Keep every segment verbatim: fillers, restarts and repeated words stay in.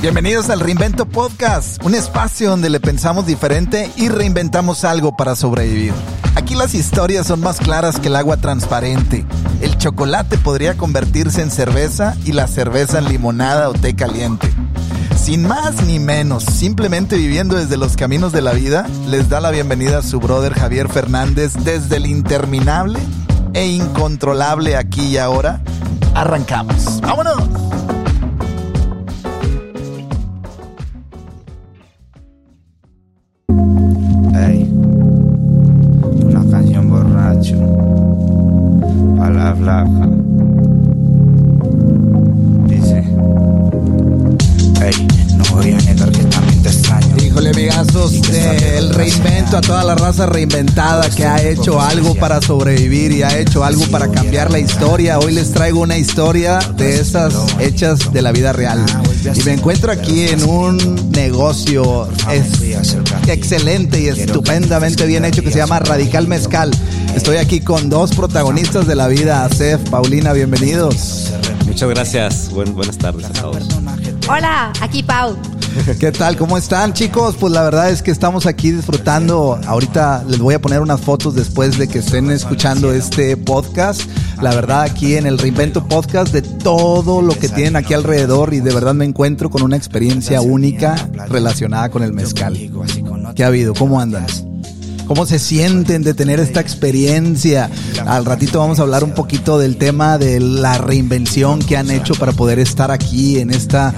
Bienvenidos al Reinvento Podcast, un espacio donde le pensamos diferente y reinventamos algo para sobrevivir. Aquí las historias son más claras que el agua transparente. El chocolate podría convertirse en cerveza y la cerveza en limonada o té caliente. Sin más ni menos, simplemente viviendo desde los caminos de la vida, les da la bienvenida a su brother Javier Fernández desde el interminable e incontrolable aquí y ahora. Arrancamos. ¡Vámonos! Hey, una canción borracho a la flaca. Dice, hey, no voy a negar que también te extraño. Híjole, amigazos, del reinvento a toda la raza reinventada que ha hecho algo para sobrevivir y ha hecho algo para cambiar la historia. Hoy les traigo una historia de esas hechas de la vida real. Y me encuentro aquí en un negocio es excelente y estupendamente bien hecho que se llama Radical Mezcal. Estoy aquí con dos protagonistas de la vida, Asef, Paulina, bienvenidos. Muchas gracias, Buen, buenas tardes a todos. Hola, aquí Pau. ¿Qué tal? ¿Cómo están, chicos? Pues la verdad es que estamos aquí disfrutando. Ahorita les voy a poner unas fotos después de que estén escuchando este podcast. La verdad, aquí en el Reinvento Podcast, de todo lo que tienen aquí alrededor, y de verdad me encuentro con una experiencia única relacionada con el mezcal. ¿Qué ha habido? ¿Cómo andan? ¿Cómo se sienten de tener esta experiencia? Al ratito vamos a hablar un poquito del tema de la reinvención que han hecho para poder estar aquí en esta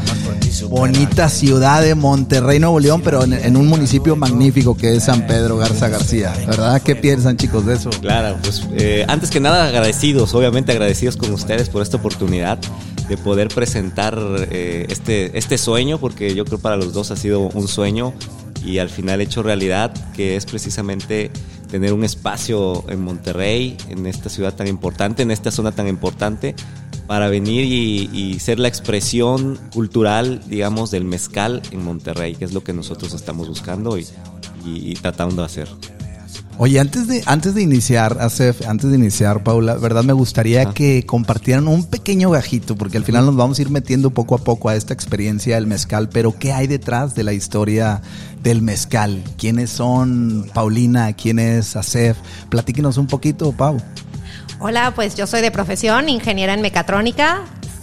bonita ciudad de Monterrey, Nuevo León, pero en, en un municipio magnífico que es San Pedro Garza García, ¿verdad? ¿Qué piensan, chicos, de eso? Claro, pues eh, antes que nada agradecidos, obviamente agradecidos con ustedes por esta oportunidad de poder presentar eh, este, este sueño, porque yo creo para los dos ha sido un sueño y al final hecho realidad, que es precisamente tener un espacio en Monterrey, en esta ciudad tan importante, en esta zona tan importante, para venir y, y ser la expresión cultural, digamos, del mezcal en Monterrey, que es lo que nosotros estamos buscando y, y, y tratando de hacer. Oye, antes de antes de iniciar, Asef, antes de iniciar, Paula, verdad me gustaría ah. que compartieran un pequeño gajito, porque al final nos vamos a ir metiendo poco a poco a esta experiencia del mezcal, pero ¿qué hay detrás de la historia del mezcal? ¿Quiénes son Paulina? ¿Quién es Asef? Platíquenos un poquito, Pau. Hola, pues yo soy de profesión ingeniera en mecatrónica.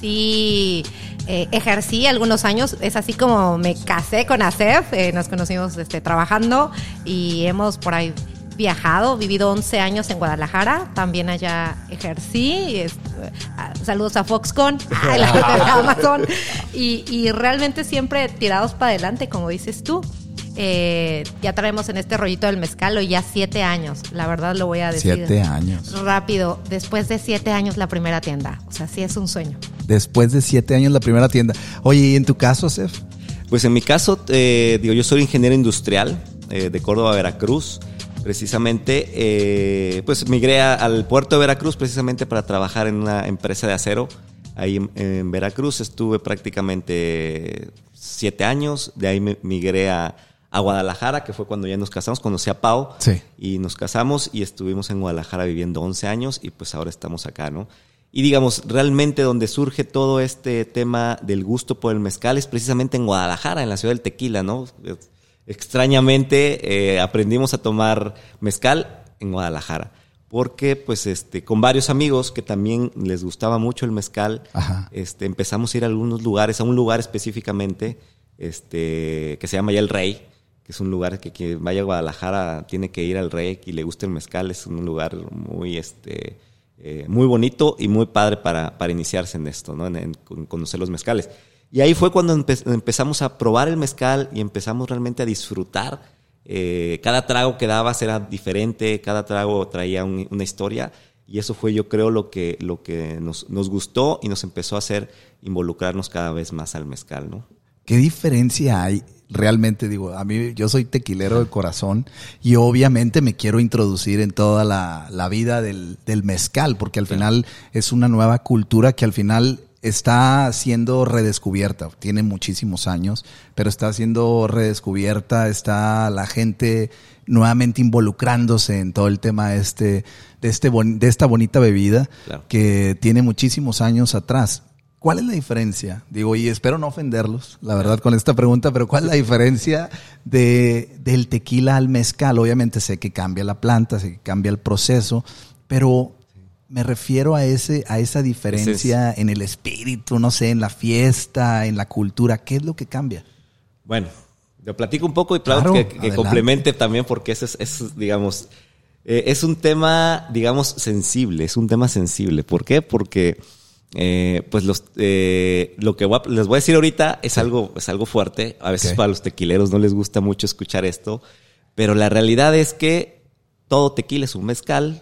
Sí, eh, ejercí algunos años. Es así como me casé con Asef. Eh, nos conocimos este, trabajando y hemos por ahí viajado, vivido once años en Guadalajara, también allá ejercí, es, uh, saludos a Foxconn, a la de Amazon, y, y realmente siempre tirados para adelante, como dices tú. Eh, ya traemos en este rollito del mezcal hoy ya siete años, la verdad lo voy a decir. Siete años. Rápido, después de siete años la primera tienda, o sea, sí es un sueño. Después de siete años la primera tienda. Oye, ¿y en tu caso, Asef? Pues en mi caso, eh, digo, yo soy ingeniero industrial eh, de Córdoba, Veracruz. Precisamente, eh, pues migré a, al puerto de Veracruz precisamente para trabajar en una empresa de acero. Ahí en, en Veracruz estuve prácticamente siete años. De ahí me migré a, a Guadalajara, que fue cuando ya nos casamos. Conocí a Pau sí. y nos casamos y estuvimos en Guadalajara viviendo once años y pues ahora estamos acá, ¿no? Y digamos, realmente donde surge todo este tema del gusto por el mezcal es precisamente en Guadalajara, en la ciudad del tequila, ¿no? Extrañamente eh, aprendimos a tomar mezcal en Guadalajara porque pues este con varios amigos que también les gustaba mucho el mezcal. Ajá. este empezamos a ir a algunos lugares, a un lugar específicamente este que se llama ya El Rey, que es un lugar que quien vaya a Guadalajara tiene que ir al Rey y le gusta el mezcal. Es un lugar muy este eh, muy bonito y muy padre para, para iniciarse en esto, ¿no? en, en, en conocer los mezcales. Y ahí fue cuando empe- empezamos a probar el mezcal y empezamos realmente a disfrutar. Eh, cada trago que dabas era diferente, cada trago traía un, una historia, y eso fue, yo creo, lo que, lo que nos, nos gustó y nos empezó a hacer involucrarnos cada vez más al mezcal, ¿no? ¿Qué diferencia hay? Realmente, digo, a mí, yo soy tequilero de corazón y obviamente me quiero introducir en toda la, la vida del, del mezcal, porque al final es una nueva cultura que al final está siendo redescubierta. Tiene muchísimos años, pero está siendo redescubierta, está la gente nuevamente involucrándose en todo el tema este, de, este bon, de esta bonita bebida, claro, que tiene muchísimos años atrás. ¿Cuál es la diferencia? Digo, y espero no ofenderlos, la verdad, con esta pregunta, pero ¿cuál es la diferencia de, del tequila al mezcal? Obviamente sé que cambia la planta, sé que cambia el proceso, pero me refiero a ese a esa diferencia es, en el espíritu, no sé, en la fiesta, en la cultura. ¿Qué es lo que cambia? Bueno, te platico un poco y claro, claro que, que complemente también, porque ese es, es digamos, eh, es un tema, digamos, sensible, es un tema sensible. ¿Por qué? Porque Eh, pues los, eh, lo que voy a, les voy a decir ahorita es, sí. algo, es algo fuerte. A veces okay. para los tequileros no les gusta mucho escuchar esto, pero la realidad es que todo tequila es un mezcal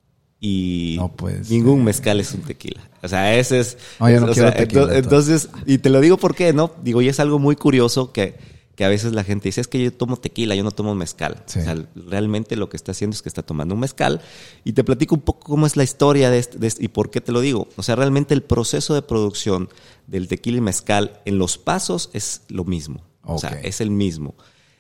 y no, pues, ningún eh. mezcal es un tequila. O sea, ese es... No, yo no o quiero sea, tequila, entonces, y te lo digo porque, ¿no? Digo, y es algo muy curioso que... que a veces la gente dice, es que yo tomo tequila, yo no tomo mezcal. Sí. O sea, realmente lo que está haciendo es que está tomando un mezcal. Y te platico un poco cómo es la historia de este, de este y por qué te lo digo. O sea, realmente el proceso de producción del tequila y mezcal en los pasos es lo mismo. Okay. O sea, es el mismo.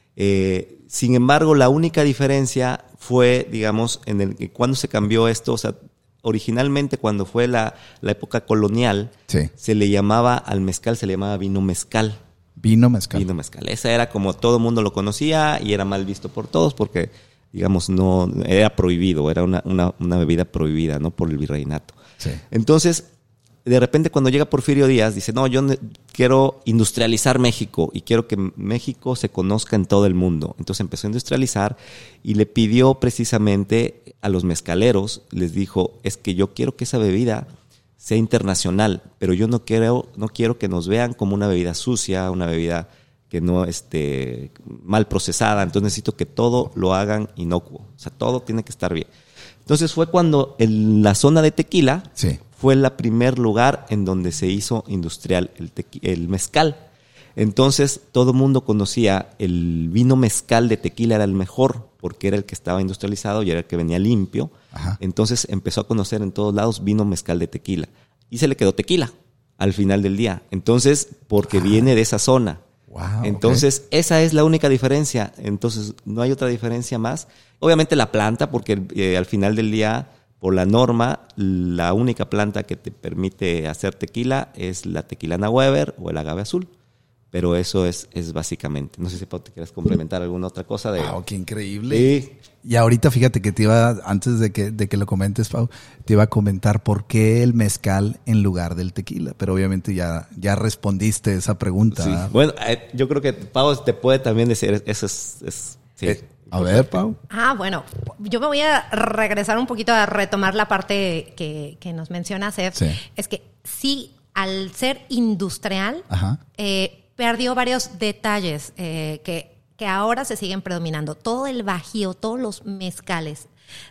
Eh, sin embargo, la única diferencia fue, digamos, en el cuando se cambió esto. O sea, originalmente cuando fue la, la época colonial, sí. se le llamaba al mezcal, se le llamaba vino mezcal. Vino mezcal. Vino mezcal. Esa era como todo el mundo lo conocía y era mal visto por todos porque, digamos, no era prohibido, era una, una, una bebida prohibida, ¿no? Por el virreinato. Sí. Entonces, de repente cuando llega Porfirio Díaz, dice, no, yo quiero industrializar México y quiero que México se conozca en todo el mundo. Entonces empezó a industrializar y le pidió precisamente a los mezcaleros, les dijo, es que yo quiero que esa bebida sea internacional, pero yo no quiero, no quiero que nos vean como una bebida sucia, una bebida que no esté mal procesada. Entonces necesito que todo lo hagan inocuo. O sea, todo tiene que estar bien. Entonces fue cuando en la zona de tequila sí. fue el primer lugar en donde se hizo industrial el, tequi- el mezcal. Entonces todo el mundo conocía el vino mezcal de tequila, era el mejor, porque era el que estaba industrializado y era el que venía limpio. Ajá. Entonces empezó a conocer en todos lados vino mezcal de tequila. Y se le quedó tequila al final del día. Entonces, porque ah. viene de esa zona. Wow, Entonces, okay. esa es la única diferencia. Entonces, no hay otra diferencia más. Obviamente la planta, porque eh, al final del día, por la norma, la única planta que te permite hacer tequila es la tequilana Weber o el agave azul. Pero eso es, es básicamente. No sé si Pau, te quieres complementar alguna otra cosa. De... ¡Wow! ¡Qué increíble! Sí. Y ahorita fíjate que te iba, antes de que, de que lo comentes, Pau, te iba a comentar por qué el mezcal en lugar del tequila. Pero obviamente ya, ya respondiste esa pregunta. Sí. Bueno, eh, yo creo que Pau te puede también decir, eso es... es sí. eh, a ver, Pau. Ah, bueno, yo me voy a regresar un poquito a retomar la parte que, que nos menciona Sef. Sí. Es que sí, al ser industrial... Ajá. Eh, perdió varios detalles eh, que, que ahora se siguen predominando. Todo el bajío, todos los mezcales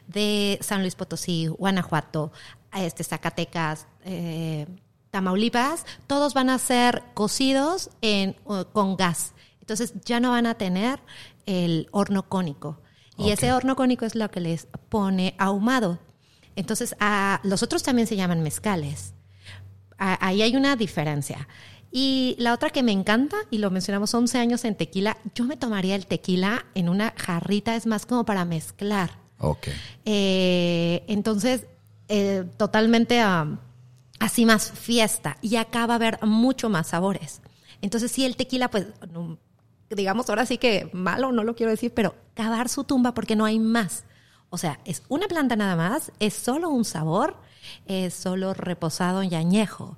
de San Luis Potosí, Guanajuato, este, Zacatecas, eh, Tamaulipas, todos van a ser cocidos en, uh, con gas. Entonces ya no van a tener el horno cónico. Y okay. ese horno cónico es lo que les pone ahumado. Entonces a, los otros también se llaman mezcales. A, ahí hay una diferencia. Y la otra que me encanta, y lo mencionamos, once años en tequila, yo me tomaría el tequila en una jarrita, es más como para mezclar. Ok. Eh, entonces, eh, totalmente uh, así más fiesta. Y acá va a haber mucho más sabores. Entonces, sí, el tequila, pues, no, digamos, ahora sí que malo, no lo quiero decir, pero cavar su tumba porque no hay más. O sea, es una planta nada más, es solo un sabor, es solo reposado y añejo.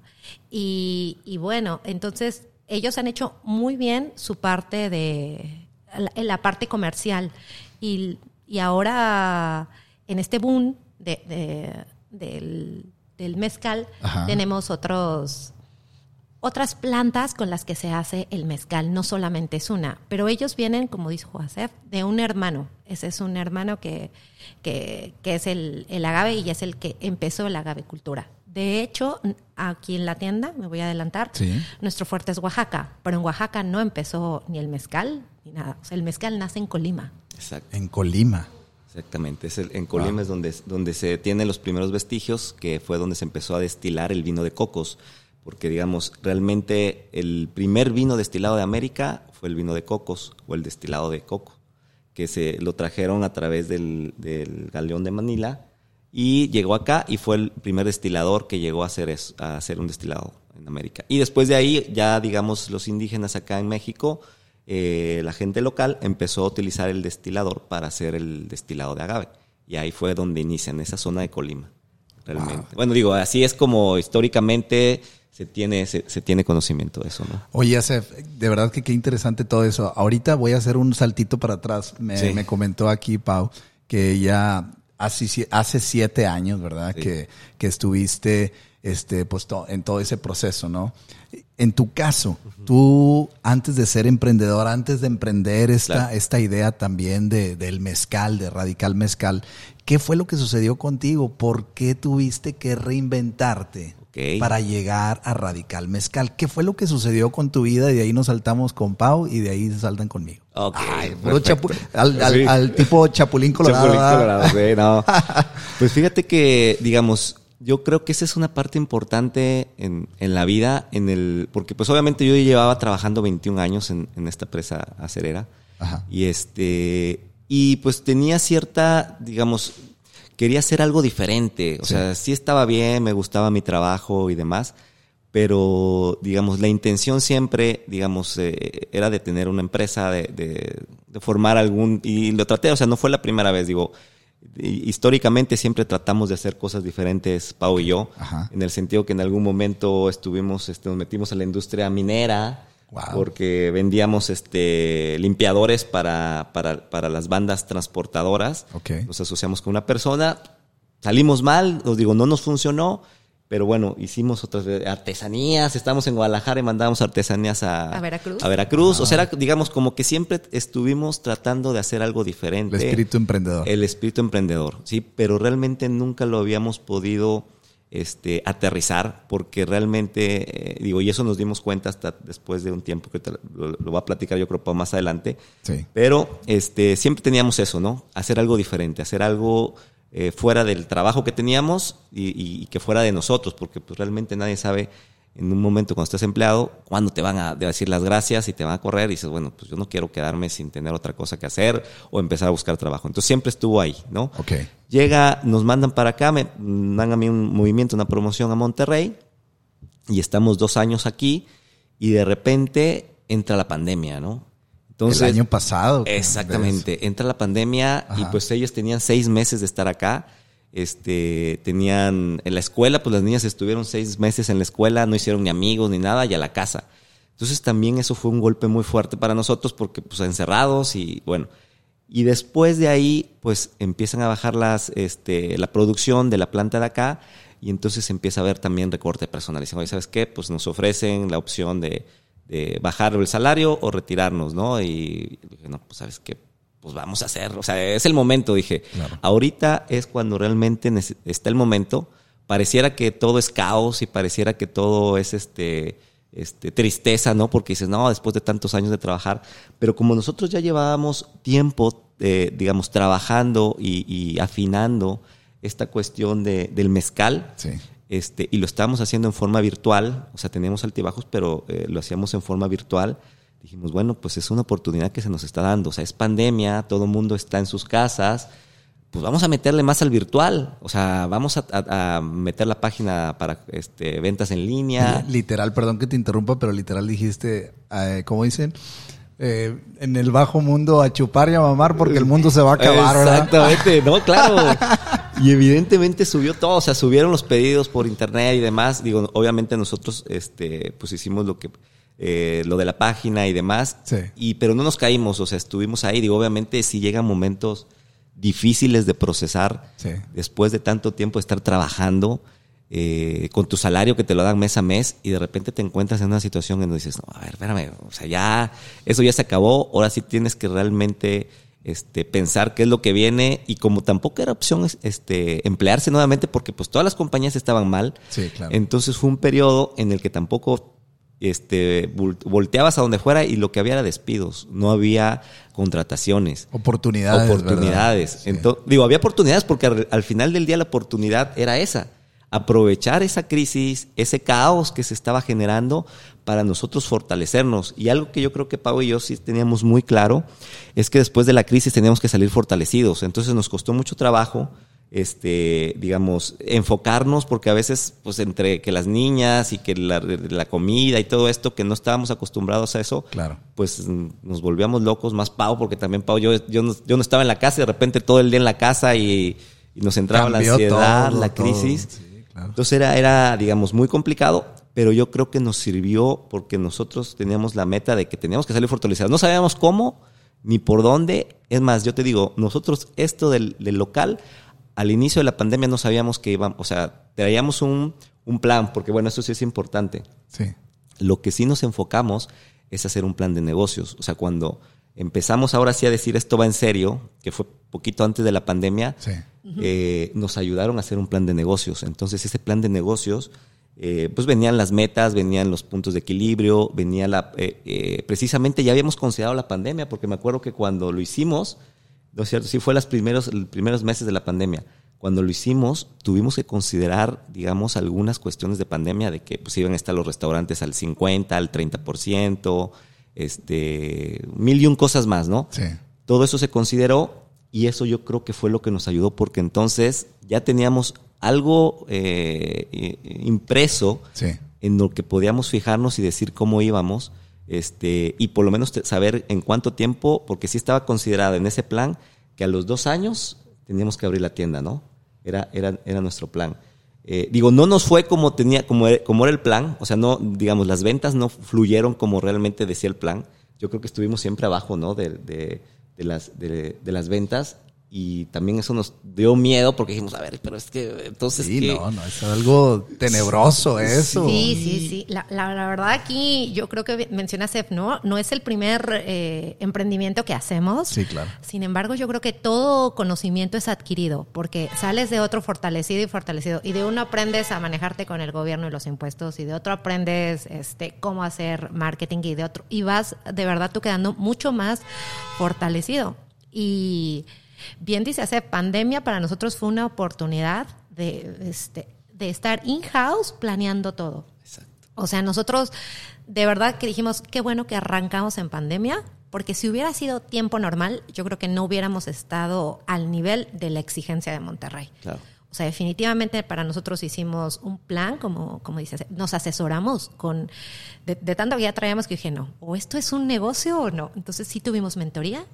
Y, y bueno, entonces ellos han hecho muy bien su parte de la, la parte comercial y, y ahora en este boom de, de, del, del mezcal Ajá. tenemos otros otras plantas con las que se hace el mezcal, no solamente es una, pero ellos vienen, como dijo Josef, de un hermano. Ese es un hermano que, que, que es el, el agave y es el que empezó la agavecultura. De hecho, aquí en la tienda, me voy a adelantar, sí. nuestro fuerte es Oaxaca, pero en Oaxaca no empezó ni el mezcal ni nada. O sea, el mezcal nace en Colima. Exacto. En Colima. Exactamente. Es el, en Colima wow. es donde, donde se tienen los primeros vestigios, que fue donde se empezó a destilar el vino de cocos. Porque, digamos, realmente el primer vino destilado de América fue el vino de cocos o el destilado de coco, que se lo trajeron a través del, del galeón de Manila y llegó acá y fue el primer destilador que llegó a hacer, eso, a hacer un destilado en América. Y después de ahí, ya digamos, los indígenas acá en México, eh, la gente local empezó a utilizar el destilador para hacer el destilado de agave. Y ahí fue donde inicia, en esa zona de Colima, realmente. Wow. Bueno, digo, así es como históricamente se tiene, se, se tiene conocimiento de eso, ¿no? Oye, Asef, de verdad que qué interesante todo eso. Ahorita voy a hacer un saltito para atrás. Me, sí. me comentó aquí Pau que ya hace, hace siete años, ¿verdad? Sí. Que, que estuviste este, pues, to, en todo ese proceso, ¿no? En tu caso, uh-huh. tú antes de ser emprendedor, antes de emprender esta, claro. esta idea también de, del mezcal, de Radical Mezcal, ¿qué fue lo que sucedió contigo? ¿Por qué tuviste que reinventarte okay. para llegar a Radical Mezcal? ¿Qué fue lo que sucedió con tu vida? Y de ahí nos saltamos con Pau y de ahí se saltan conmigo. Ok, Ay, puro chapu- al, al, sí. al tipo Chapulín Colorado. Chapulín Colorado, sí, no. Pues fíjate que, digamos, yo creo que esa es una parte importante en, en la vida, en el porque pues obviamente yo llevaba trabajando veintiún años en, en esta empresa acerera. Ajá. Y este y pues tenía cierta, digamos, quería hacer algo diferente. O sí. sea, sí estaba bien, me gustaba mi trabajo y demás, pero digamos, la intención siempre, digamos, eh, era de tener una empresa, de, de, de formar algún, y lo traté, o sea, no fue la primera vez, digo, históricamente siempre tratamos de hacer cosas diferentes, Pau y yo, Ajá. en el sentido que en algún momento estuvimos, este, nos metimos a la industria minera, wow. porque vendíamos este, limpiadores para, para, para las bandas transportadoras, okay. nos asociamos con una persona, salimos mal, os digo, no nos funcionó, pero bueno, hicimos otras artesanías, estábamos en Guadalajara y mandábamos artesanías a, a Veracruz. A Veracruz. Ah. O sea, era, digamos, como que siempre estuvimos tratando de hacer algo diferente. El espíritu emprendedor. El espíritu emprendedor, sí, pero realmente nunca lo habíamos podido este, aterrizar, porque realmente, eh, digo, y eso nos dimos cuenta hasta después de un tiempo, que te, lo, lo voy a platicar yo creo para más adelante. Sí. Pero este, siempre teníamos eso, ¿no? Hacer algo diferente, hacer algo Eh, fuera del trabajo que teníamos y, y, y que fuera de nosotros, porque pues realmente nadie sabe en un momento cuando estás empleado cuándo te van a decir las gracias y te van a correr y dices, bueno, pues yo no quiero quedarme sin tener otra cosa que hacer o empezar a buscar trabajo. Entonces siempre estuvo ahí, ¿no? Okay. Llega, nos mandan para acá, me dan a mí un movimiento, una promoción a Monterrey y estamos dos años aquí y de repente entra la pandemia, ¿no? Entonces, el año pasado. Exactamente. Entra la pandemia Ajá. y pues ellos tenían seis meses de estar acá. Este, tenían en la escuela, pues las niñas estuvieron seis meses en la escuela, no hicieron ni amigos ni nada y a la casa. Entonces también eso fue un golpe muy fuerte para nosotros porque pues encerrados y bueno. Y después de ahí pues empiezan a bajar las, este, la producción de la planta de acá y entonces empieza a haber también recorte personal. Y dicen, oye, ¿sabes qué? Pues nos ofrecen la opción de de bajar el salario o retirarnos, ¿no? Y dije, no, pues ¿sabes qué? Pues vamos a hacer, o sea, es el momento, dije. Claro. Ahorita es cuando realmente está el momento. Pareciera que todo es caos y pareciera que todo es este, este tristeza, ¿no? Porque dices, no, después de tantos años de trabajar. Pero como nosotros ya llevábamos tiempo, eh, digamos, trabajando y, y afinando esta cuestión de, del mezcal, sí. Este, y lo estábamos haciendo en forma virtual, o sea, teníamos altibajos, pero eh, lo hacíamos en forma virtual. Dijimos, bueno, pues es una oportunidad que se nos está dando. O sea, es pandemia, todo el mundo está en sus casas, pues vamos a meterle más al virtual. O sea, vamos a, a, a meter la página para este, ventas en línea. Literal, perdón que te interrumpa, pero literal dijiste, eh, ¿cómo dicen? Eh, en el bajo mundo a chupar y a mamar porque el mundo se va a acabar, ¿verdad? Exactamente, ¿no? Claro. Y evidentemente subió todo, o sea, subieron los pedidos por internet y demás. Digo, obviamente nosotros este, pues hicimos lo que eh, lo de la página y demás, sí. y pero no nos caímos, o sea, estuvimos ahí. Digo, obviamente sí llegan momentos difíciles de procesar sí. después de tanto tiempo de estar trabajando eh, con tu salario que te lo dan mes a mes y de repente te encuentras en una situación en donde dices, no, a ver, espérame, o sea, ya, eso ya se acabó, ahora sí tienes que realmente este, pensar qué es lo que viene y como tampoco era opción este, emplearse nuevamente porque pues todas las compañías estaban mal, sí, claro. Entonces fue un periodo en el que tampoco este, volteabas a donde fuera y lo que había era despidos, no había contrataciones. Oportunidades. Oportunidades. Sí. Entonces, digo, había oportunidades porque al, al final del día la oportunidad era esa. Aprovechar esa crisis, ese caos que se estaba generando para nosotros fortalecernos. Y algo que yo creo que Pau y yo sí teníamos muy claro es que después de la crisis teníamos que salir fortalecidos. Entonces nos costó mucho trabajo este, digamos, enfocarnos, porque a veces, pues, entre que las niñas y que la, la comida y todo esto, que no estábamos acostumbrados a eso, claro, pues nos volvíamos locos, más Pau, porque también Pau, yo, yo, no, yo no estaba en la casa y de repente todo el día en la casa y, y nos entraba Cambió la ansiedad, todo, la crisis. Todo. Sí, claro. Entonces era, era, digamos, muy complicado, pero yo creo que nos sirvió porque nosotros teníamos la meta de que teníamos que salir fortalecidos. No sabíamos cómo ni por dónde. Es más, yo te digo, nosotros esto del, del local, al inicio de la pandemia no sabíamos que íbamos, o sea, traíamos un, un plan, porque bueno, eso sí es importante. Sí. Lo que sí nos enfocamos es hacer un plan de negocios. O sea, cuando empezamos ahora sí a decir esto va en serio, que fue poquito antes de la pandemia, sí. eh, nos ayudaron a hacer un plan de negocios. Entonces, ese plan de negocios, eh, pues venían las metas, venían los puntos de equilibrio, venía la... Eh, eh, precisamente ya habíamos considerado la pandemia, porque me acuerdo que cuando lo hicimos, ¿no es cierto? Sí, fue los primeros, los primeros meses de la pandemia. Cuando lo hicimos, tuvimos que considerar, digamos, algunas cuestiones de pandemia, de que pues iban a estar los restaurantes al cincuenta, al treinta por ciento, este, mil y un cosas más, ¿no? Sí. Todo eso se consideró y eso yo creo que fue lo que nos ayudó, porque entonces ya teníamos algo eh, impreso, sí, en lo que podíamos fijarnos y decir cómo íbamos. Este, y por lo menos saber en cuánto tiempo, porque sí estaba considerado en ese plan que a los dos años teníamos que abrir la tienda, ¿no? Era, era, era nuestro plan. Eh, digo, no nos fue como tenía, como era, como era el plan, o sea, no, digamos, las ventas no fluyeron como realmente decía el plan. Yo creo que estuvimos siempre abajo, ¿no? De, de, de las, de, de las ventas. Y también eso nos dio miedo porque dijimos, a ver, pero es que entonces... Sí, ¿qué? no, no, es algo tenebroso eso. Sí, sí, sí. La, la, la verdad aquí yo creo que menciona Sef, ¿no? No es el primer eh, emprendimiento que hacemos. Sí, claro. Sin embargo, yo creo que todo conocimiento es adquirido porque sales de otro fortalecido y fortalecido. Y de uno aprendes a manejarte con el gobierno y los impuestos y de otro aprendes este, cómo hacer marketing y de otro. Y vas de verdad tú quedando mucho más fortalecido. Y... bien dice hace pandemia para nosotros fue una oportunidad de, este, de estar in-house planeando todo. Exacto. O sea, nosotros de verdad que dijimos, qué bueno que arrancamos en pandemia, porque si hubiera sido tiempo normal, yo creo que no hubiéramos estado al nivel de la exigencia de Monterrey. Claro. O sea, definitivamente para nosotros hicimos un plan, como, como dices, nos asesoramos con de, de tanto que ya traíamos que dije, no, o esto es un negocio o no. Entonces sí tuvimos mentoría.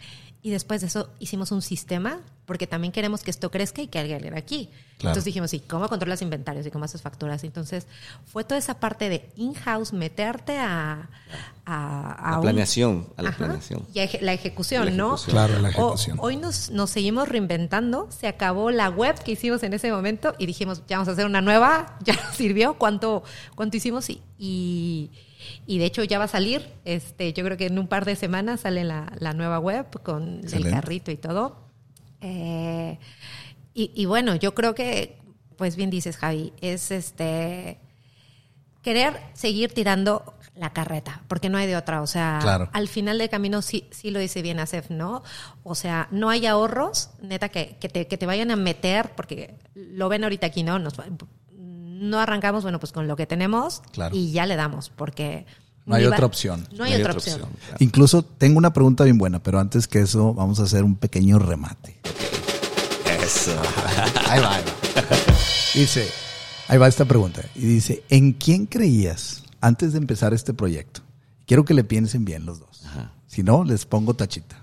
Y después de eso hicimos un sistema, porque también queremos que esto crezca y que alguien aquí. Claro. Entonces dijimos, sí, ¿cómo controlas inventarios y cómo haces facturas? Entonces fue toda esa parte de in-house, meterte a... a, a la un, planeación, a la ajá, planeación. Y a la ejecución, la ¿no? ejecución. Claro, la ejecución. O, hoy nos, nos seguimos reinventando, se acabó la web que hicimos en ese momento y dijimos, ya vamos a hacer una nueva, ya nos sirvió, ¿cuánto, cuánto hicimos? Y... y Y de hecho ya va a salir, este, yo creo que en un par de semanas sale la, la nueva web con Excelente. El carrito y todo. Eh, y, y bueno, yo creo que, pues bien dices, Javi, es este querer seguir tirando la carreta, porque no hay de otra. O sea, claro. Al final del camino sí, sí lo dice bien Asef, ¿no? O sea, no hay ahorros, neta, que, que, te, que te vayan a meter, porque lo ven ahorita aquí, ¿no? Nos No arrancamos, bueno, pues con lo que tenemos, claro. Y ya le damos, porque... No hay va, otra opción. No hay, no hay otra, otra opción. opción claro. Incluso tengo una pregunta bien buena, pero antes que eso vamos a hacer un pequeño remate. Eso. Ahí va, ahí va. Dice, ahí va esta pregunta. Y dice, ¿en quién creías antes de empezar este proyecto? Quiero que le piensen bien los dos. Ajá. Si no, les pongo tachita.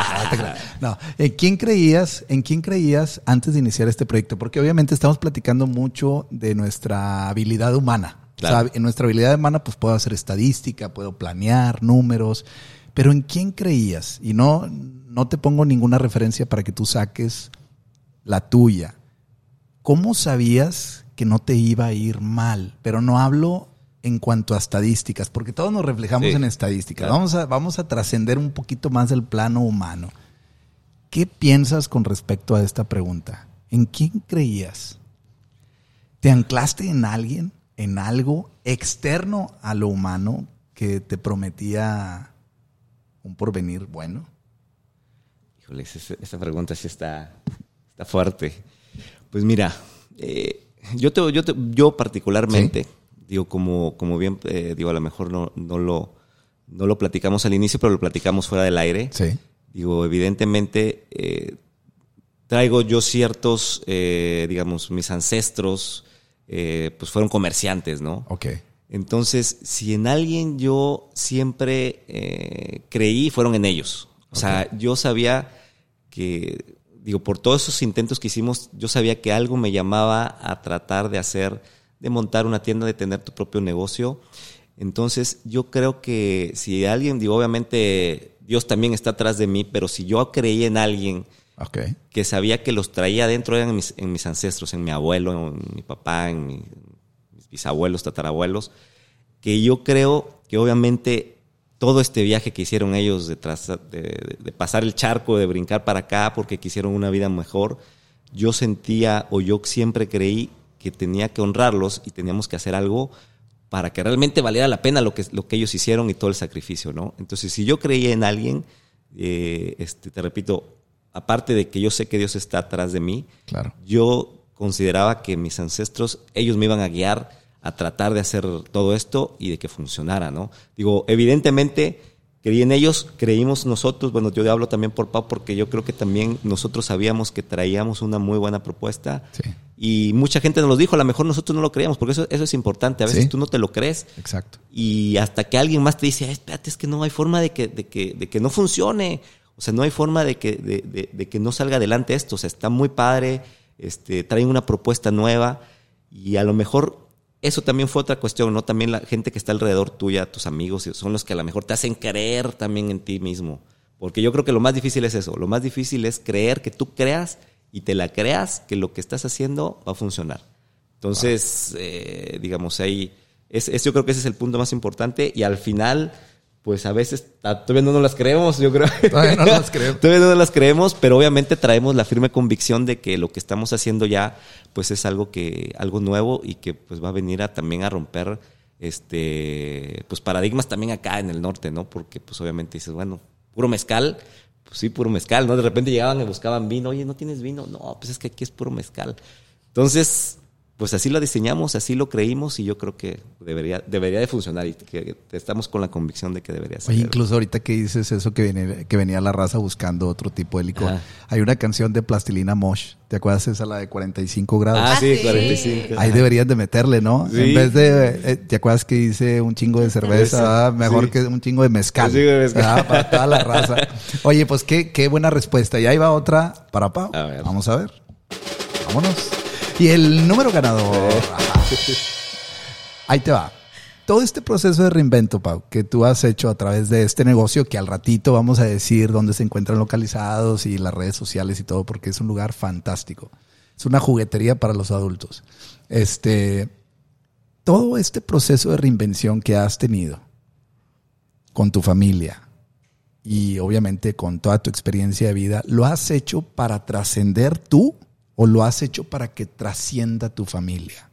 No, ¿en quién creías, en quién creías antes de iniciar este proyecto? Porque obviamente estamos platicando mucho de nuestra habilidad humana. Claro. O sea, en nuestra habilidad humana, pues puedo hacer estadística, puedo planear números, pero ¿en quién creías? Y no, no te pongo ninguna referencia para que tú saques la tuya. ¿Cómo sabías que no te iba a ir mal? Pero no hablo en cuanto a estadísticas, porque todos nos reflejamos sí, en estadísticas. Claro. Vamos a, vamos a trascender un poquito más del plano humano. ¿Qué piensas con respecto a esta pregunta? ¿En quién creías? ¿Te anclaste en alguien, en algo externo a lo humano que te prometía un porvenir bueno? Híjole, esa, esa pregunta sí está, está fuerte. Pues mira, eh, yo, te, yo, te, yo particularmente... ¿Sí? Digo, como, como bien, eh, digo, a lo mejor no, no, lo, no lo platicamos al inicio, pero lo platicamos fuera del aire. Sí. Digo, evidentemente, eh, traigo yo ciertos, eh, digamos, mis ancestros, eh, pues fueron comerciantes, ¿no? Ok. Entonces, si en alguien yo siempre eh, creí, fueron en ellos. O sea, okay. yo sabía que, digo, por todos esos intentos que hicimos, yo sabía que algo me llamaba a tratar de hacer, de montar una tienda, de tener tu propio negocio. Entonces, yo creo que si alguien, digo, obviamente Dios también está atrás de mí, pero si yo creí en alguien okay. que sabía que los traía adentro, eran mis, en mis ancestros, en mi abuelo, en mi papá, en mi, mis bisabuelos, tatarabuelos, que yo creo que obviamente todo este viaje que hicieron ellos de, tras, de, de, de pasar el charco, de brincar para acá porque quisieron una vida mejor, yo sentía o yo siempre creí que tenía que honrarlos y teníamos que hacer algo para que realmente valiera la pena lo que, lo que ellos hicieron y todo el sacrificio, ¿no? Entonces, si yo creía en alguien, eh, este, te repito, aparte de que yo sé que Dios está atrás de mí, claro. yo consideraba que mis ancestros, ellos me iban a guiar a tratar de hacer todo esto y de que funcionara, ¿no? Digo, evidentemente creí en ellos, creímos nosotros, bueno, yo hablo también por Pau porque yo creo que también nosotros sabíamos que traíamos una muy buena propuesta sí. y mucha gente nos lo dijo, a lo mejor nosotros no lo creíamos, porque eso, eso es importante, a veces ¿Sí? tú no te lo crees. Exacto. Y hasta que alguien más te dice, espérate, es que no hay forma de que, de que, de que no funcione, o sea, no hay forma de que, de, de, de que no salga adelante esto, o sea, está muy padre, este, traen una propuesta nueva y a lo mejor eso también fue otra cuestión, ¿no? También la gente que está alrededor tuya, tus amigos, son los que a lo mejor te hacen creer también en ti mismo. Porque yo creo que lo más difícil es eso. Lo más difícil es creer que tú creas y te la creas que lo que estás haciendo va a funcionar. Entonces, wow. eh, digamos, ahí es, es, yo creo que ese es el punto más importante. Y al final, pues a veces todavía no nos las creemos, yo creo. Todavía no las creemos. Todavía no nos las creemos, pero obviamente traemos la firme convicción de que lo que estamos haciendo ya pues es algo que algo nuevo y que pues va a venir a también a romper este pues paradigmas también acá en el norte, ¿no? Porque pues obviamente dices, bueno, puro mezcal, pues sí, puro mezcal, ¿no? De repente llegaban y buscaban vino, oye, ¿no tienes vino? No, pues es que aquí es puro mezcal. Entonces, pues así lo diseñamos, así lo creímos y yo creo que debería, debería de funcionar y que estamos con la convicción de que debería ser. Oye, incluso ahorita que dices eso que, viene, que venía la raza buscando otro tipo de licor, ajá. hay una canción de Plastilina Mosh, ¿te acuerdas esa, la de cuarenta y cinco grados? Ah, sí, cuarenta y cinco. Ahí deberías de meterle, ¿no? Sí. En vez de, eh, ¿te acuerdas que dice un chingo de cerveza? Sí. Mejor sí. que un chingo de mezcal. Un chingo de mezcal. Para toda la raza. Oye, pues qué, qué buena respuesta. Y ahí va otra para Pau. A ver. Vamos a ver. Vámonos. Y el número ganador. Ahí te va. Todo este proceso de reinvento, Pau, que tú has hecho a través de este negocio, que al ratito vamos a decir dónde se encuentran localizados y las redes sociales y todo, porque es un lugar fantástico. Es una juguetería para los adultos. Este, todo este proceso de reinvención que has tenido con tu familia y obviamente con toda tu experiencia de vida, ¿lo has hecho para trascender tú? ¿O lo has hecho para que trascienda tu familia?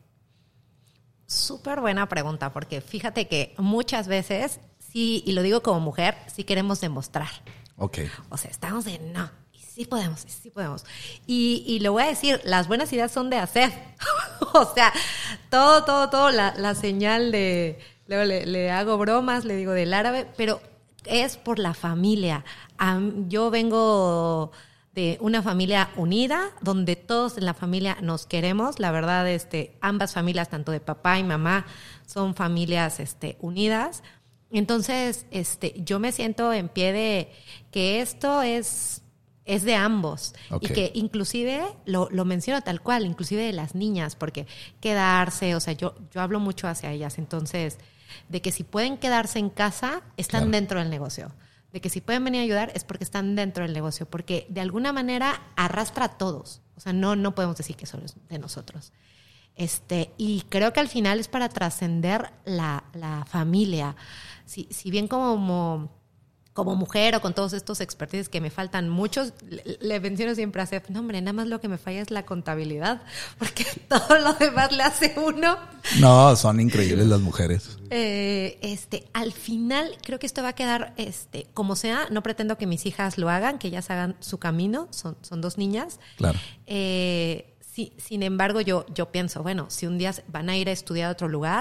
Súper buena pregunta, porque fíjate que muchas veces, sí, y lo digo como mujer, sí queremos demostrar. Ok. O sea, estamos de no, y sí podemos, y sí podemos. Y, y lo voy a decir, las buenas ideas son de hacer. O sea, todo, todo, todo, la, la señal de, luego le, le hago bromas, le digo del árabe, pero es por la familia. Um, yo vengo de una familia unida, donde todos en la familia nos queremos. La verdad, este, ambas familias, tanto de papá y mamá, son familias este, unidas. Entonces, este, yo me siento en pie de que esto es, es de ambos. Okay. Y que inclusive, lo, lo menciono tal cual, inclusive de las niñas, porque quedarse, o sea, yo, yo hablo mucho hacia ellas. Entonces, de que si pueden quedarse en casa, están claro. dentro del negocio. De que si pueden venir a ayudar es porque están dentro del negocio, porque de alguna manera arrastra a todos. O sea, no, no podemos decir que solo es de nosotros. Este, y creo que al final es para trascender la, la familia. Si, si bien como, como mujer o con todos estos expertises que me faltan muchos, le, le menciono siempre a Sef, no hombre, nada más lo que me falla es la contabilidad, porque todo lo demás le hace uno. No, son increíbles las mujeres. Eh, este, al final creo que esto va a quedar este, como sea. No pretendo que mis hijas lo hagan, que ellas hagan su camino. Son, son dos niñas. Claro. Eh, sí, sin embargo, yo, yo pienso, bueno, si un día van a ir a estudiar a otro lugar,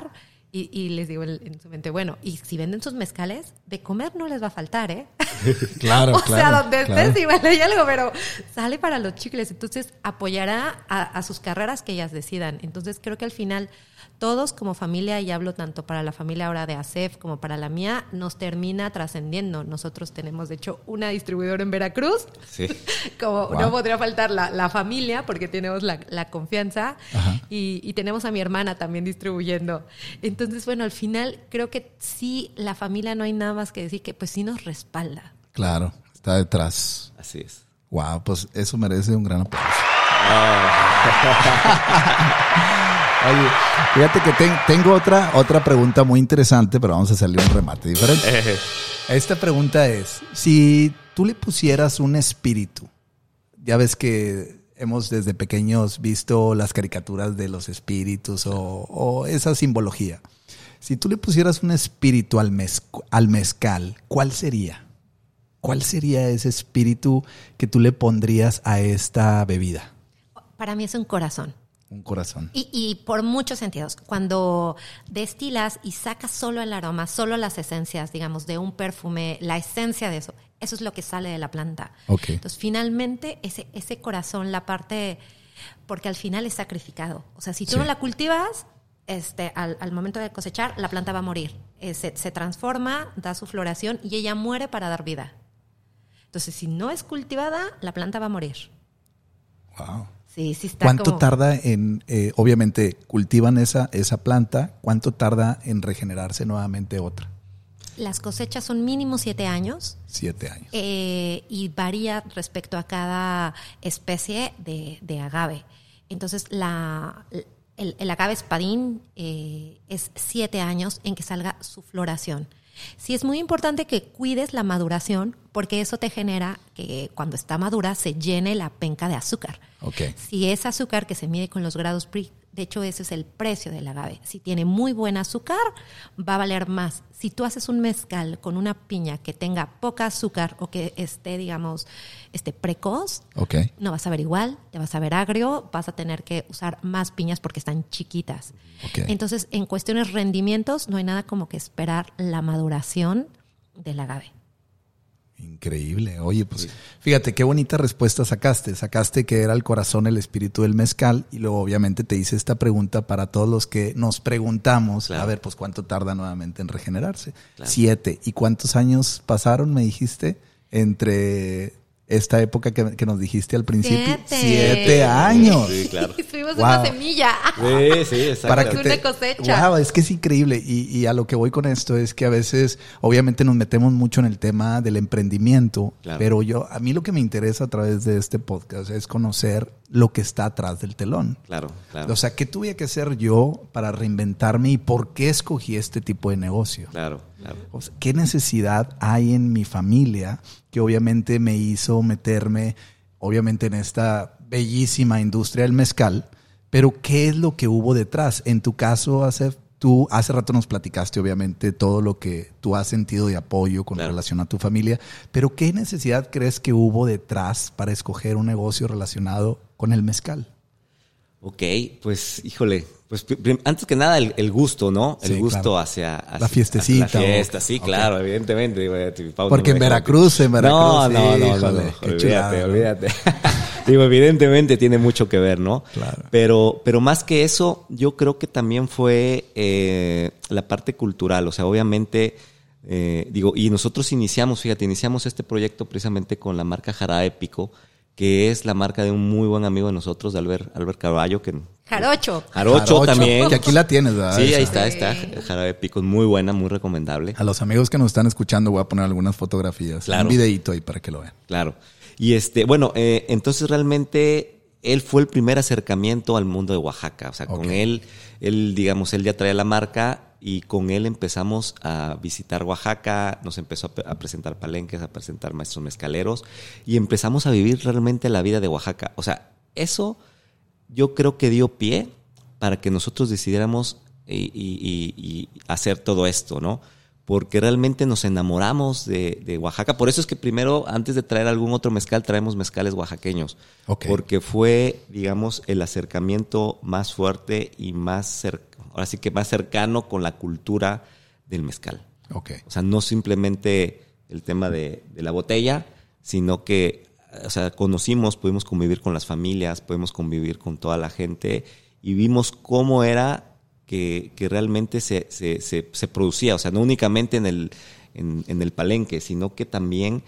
Y, y les digo en, en su mente, bueno, y si venden sus mezcales, de comer no les va a faltar, ¿eh? Claro, o claro. O sea, donde claro. estés igual hay algo, pero sale para los chicles. Entonces, apoyará a, a sus carreras que ellas decidan. Entonces, creo que al final, todos como familia, y hablo tanto para la familia ahora de Acef como para la mía, nos termina trascendiendo. Nosotros tenemos, de hecho, una distribuidora en Veracruz. Sí. Como Wow. no podría faltar la, la familia, porque tenemos la, la confianza. Y, y tenemos a mi hermana también distribuyendo. Entonces, bueno, al final creo que sí, la familia no hay nada más que decir que pues sí nos respalda. Claro, está detrás. Así es. Wow, pues eso merece un gran aplauso. Oye, fíjate que ten- tengo otra, otra pregunta muy interesante, pero vamos a hacerle un remate diferente. Esta pregunta es, si tú le pusieras un espíritu, ya ves que hemos desde pequeños visto las caricaturas de los espíritus o, o esa simbología. Si tú le pusieras un espíritu al, mezc- al mezcal, ¿cuál sería? ¿Cuál sería ese espíritu que tú le pondrías a esta bebida? Para mí es un corazón. Un corazón. Y, y por muchos sentidos. Cuando destilas y sacas solo el aroma, solo las esencias, digamos, de un perfume, la esencia de eso, eso es lo que sale de la planta. Ok. Entonces, finalmente, ese, ese corazón, la parte, porque al final es sacrificado. O sea, si tú Sí. no la cultivas, este, al, al momento de cosechar, la planta va a morir. Eh, se, se transforma, da su floración y ella muere para dar vida. Entonces, si no es cultivada, la planta va a morir. Wow. Sí, sí está ¿Cuánto como... tarda en, eh, obviamente, cultivan esa, esa planta, cuánto tarda en regenerarse nuevamente otra? Las cosechas son mínimo siete años. Siete años. Eh, y varía respecto a cada especie de, de agave. Entonces, la, el, el agave espadín eh, es siete años en que salga su floración. Sí es muy importante que cuides la maduración porque eso te genera que cuando está madura se llene la penca de azúcar. Ok. Si es azúcar que se mide con los grados Brix, de hecho ese es el precio del agave. Si tiene muy buen azúcar, va a valer más. Si tú haces un mezcal con una piña que tenga poca azúcar o que esté, digamos, esté precoz, Ok. no vas a ver igual, te vas a ver agrio, vas a tener que usar más piñas porque están chiquitas. Ok. Entonces, en cuestiones rendimientos, no hay nada como que esperar la maduración del agave. Increíble. Oye, pues fíjate qué bonita respuesta sacaste. Sacaste que era el corazón, el espíritu del mezcal y luego obviamente te hice esta pregunta para todos los que nos preguntamos, Claro. a ver, pues cuánto tarda nuevamente en regenerarse. Claro. Siete. ¿Y cuántos años pasaron, me dijiste, entre esta época que, que nos dijiste al principio? Siete. Siete años. Sí, claro. Fuimos Wow. una semilla. Sí, sí, exacto. Para que Una te, cosecha. Wow, es que es increíble. Y, y a lo que voy con esto es que a veces, obviamente, nos metemos mucho en el tema del emprendimiento, Claro. pero yo, a mí lo que me interesa a través de este podcast es conocer lo que está atrás del telón. Claro, claro. O sea, ¿qué tuve que hacer yo para reinventarme y por qué escogí este tipo de negocio? Claro, claro. O sea, ¿qué necesidad hay en mi familia que obviamente me hizo meterme, obviamente, en esta bellísima industria del mezcal? Pero ¿qué es lo que hubo detrás? En tu caso, Acef, tú hace rato nos platicaste, obviamente, todo lo que tú has sentido de apoyo con Claro. relación a tu familia. Pero ¿qué necesidad crees que hubo detrás para escoger un negocio relacionado con el mezcal? Ok, pues, híjole, pues prim- antes que nada el, el gusto, ¿no? El Sí, gusto claro. hacia, hacia- La fiestecita, hacia La fiesta, o- sí, ok. claro, evidentemente. Digo, eh, tu Pau, Porque no en me deja Veracruz, en Veracruz, No, no, no, no, híjole, no, qué olvídate, chulada. olvídate. Digo, evidentemente tiene mucho que ver, ¿no? Claro. Pero, pero más que eso, yo creo que también fue eh, la parte cultural. O sea, obviamente, eh, digo, y nosotros iniciamos, fíjate, iniciamos este proyecto precisamente con la marca Jarabe Pico, que es la marca de un muy buen amigo de nosotros, de Albert, Albert Carballo, que Jarocho. Jarocho, Jarocho, también. que aquí la tienes, ¿verdad? Sí, ahí Esa. está, está. Jarabe Pico es muy buena, muy recomendable. A los amigos que nos están escuchando voy a poner algunas fotografías, Claro. un videíto ahí para que lo vean. Claro. Y este, bueno, eh, entonces realmente él fue el primer acercamiento al mundo de Oaxaca. O sea, Ok. con él, él, digamos, él ya traía la marca y con él empezamos a visitar Oaxaca, nos empezó a, pe- a presentar palenques, a presentar maestros mezcaleros y empezamos a vivir realmente la vida de Oaxaca. O sea, eso yo creo que dio pie para que nosotros decidiéramos y, y- y- y hacer todo esto, ¿no? Porque realmente nos enamoramos de, de Oaxaca. Por eso es que primero, antes de traer algún otro mezcal, traemos mezcales oaxaqueños. Ok. Porque fue, digamos, el acercamiento más fuerte y más, cer- ahora sí que más cercano con la cultura del mezcal. Ok. O sea, no simplemente el tema de, de la botella, sino que, o sea, conocimos, pudimos convivir con las familias, pudimos convivir con toda la gente y vimos cómo era que, que realmente se, se, se, se producía. O sea, no únicamente en el, en, en el palenque, sino que también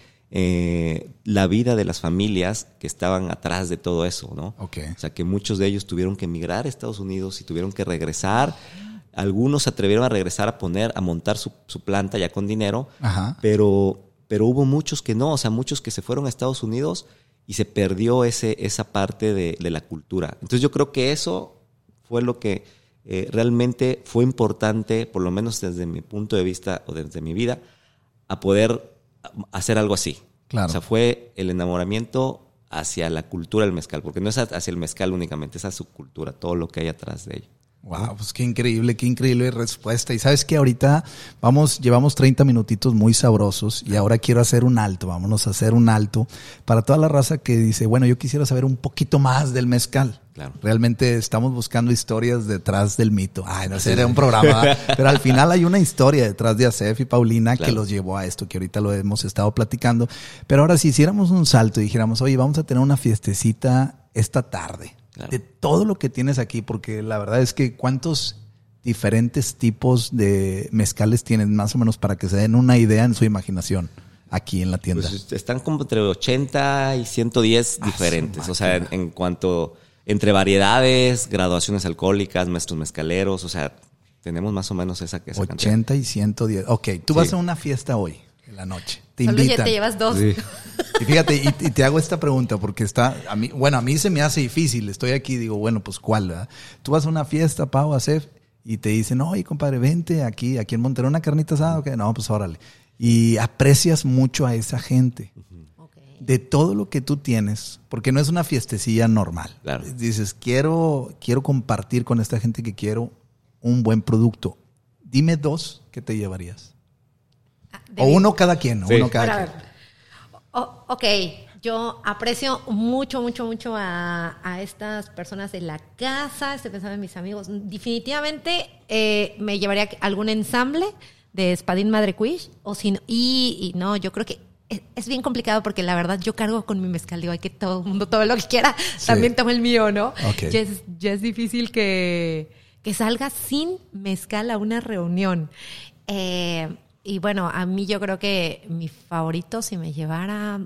eh, la vida de las familias que estaban atrás de todo eso, ¿no? Okay. O sea, que muchos de ellos tuvieron que emigrar a Estados Unidos y tuvieron que regresar. Algunos se atrevieron a regresar a poner, a montar su, su planta ya con dinero, Ajá. pero pero hubo muchos que no, o sea, muchos que se fueron a Estados Unidos y se perdió ese, esa parte de, de la cultura. Entonces yo creo que eso fue lo que eh, realmente fue importante, por lo menos desde mi punto de vista o desde mi vida, a poder hacer algo así. Claro. O sea, fue el enamoramiento hacia la cultura del mezcal, porque no es hacia el mezcal únicamente, es a su cultura, todo lo que hay atrás de ello. Wow, pues qué increíble, qué increíble respuesta. Y sabes que ahorita vamos, llevamos treinta minutitos muy sabrosos y ahora quiero hacer un alto, vámonos a hacer un alto para toda la raza que dice, bueno, yo quisiera saber un poquito más del mezcal. Claro. Realmente estamos buscando historias detrás del mito. Ay, no sé, era un programa, ¿verdad? Pero al final hay una historia detrás de Asef y Paulina Claro. que los llevó a esto, que ahorita lo hemos estado platicando. Pero ahora si hiciéramos un salto y dijéramos, oye, vamos a tener una fiestecita esta tarde. Claro. De todo lo que tienes aquí, porque la verdad es que cuántos diferentes tipos de mezcales tienen más o menos para que se den una idea en su imaginación aquí en la tienda. Pues están como entre ochenta y ciento diez Ah, diferentes. su O sea, en, máquina. en cuanto entre variedades, graduaciones alcohólicas, maestros mezcaleros, o sea, tenemos más o menos esa, esa cantidad. ochenta y ciento diez. Ok, tú Sí. vas a una fiesta hoy, en la noche. Te Solo ya invitan. te llevas dos. Sí. Y fíjate, y, y te hago esta pregunta porque está, a mí, bueno, a mí se me hace difícil. Estoy aquí y digo, bueno, pues ¿cuál? ¿Verdad? Tú vas a una fiesta, Pau, Asef, y te dicen, oye, compadre, vente aquí, aquí en Monterrey, una carnita asada, ¿ok? No, pues órale. Y aprecias mucho a esa gente. Ok. De todo lo que tú tienes, porque no es una fiestecilla normal. Claro. Dices, quiero, quiero compartir con esta gente que quiero un buen producto. Dime dos que te llevarías. Ah, de O mi- uno cada quien, o Sí. uno cada Pero, a quien. ver. O- ok, yo aprecio mucho, mucho, mucho a, a estas personas de la casa. Estoy pensando en mis amigos. Definitivamente eh, me llevaría algún ensamble de Espadín Madre Quiche. O si no, y, y no, yo creo que es, es bien complicado porque la verdad yo cargo con mi mezcal. Digo, hay que todo el mundo tome lo que quiera. Sí. También tome el mío, ¿no? Ok. Ya es, ya es difícil que, que salga sin mezcal a una reunión. Eh, y bueno, a mí yo creo que mi favorito, si me llevara,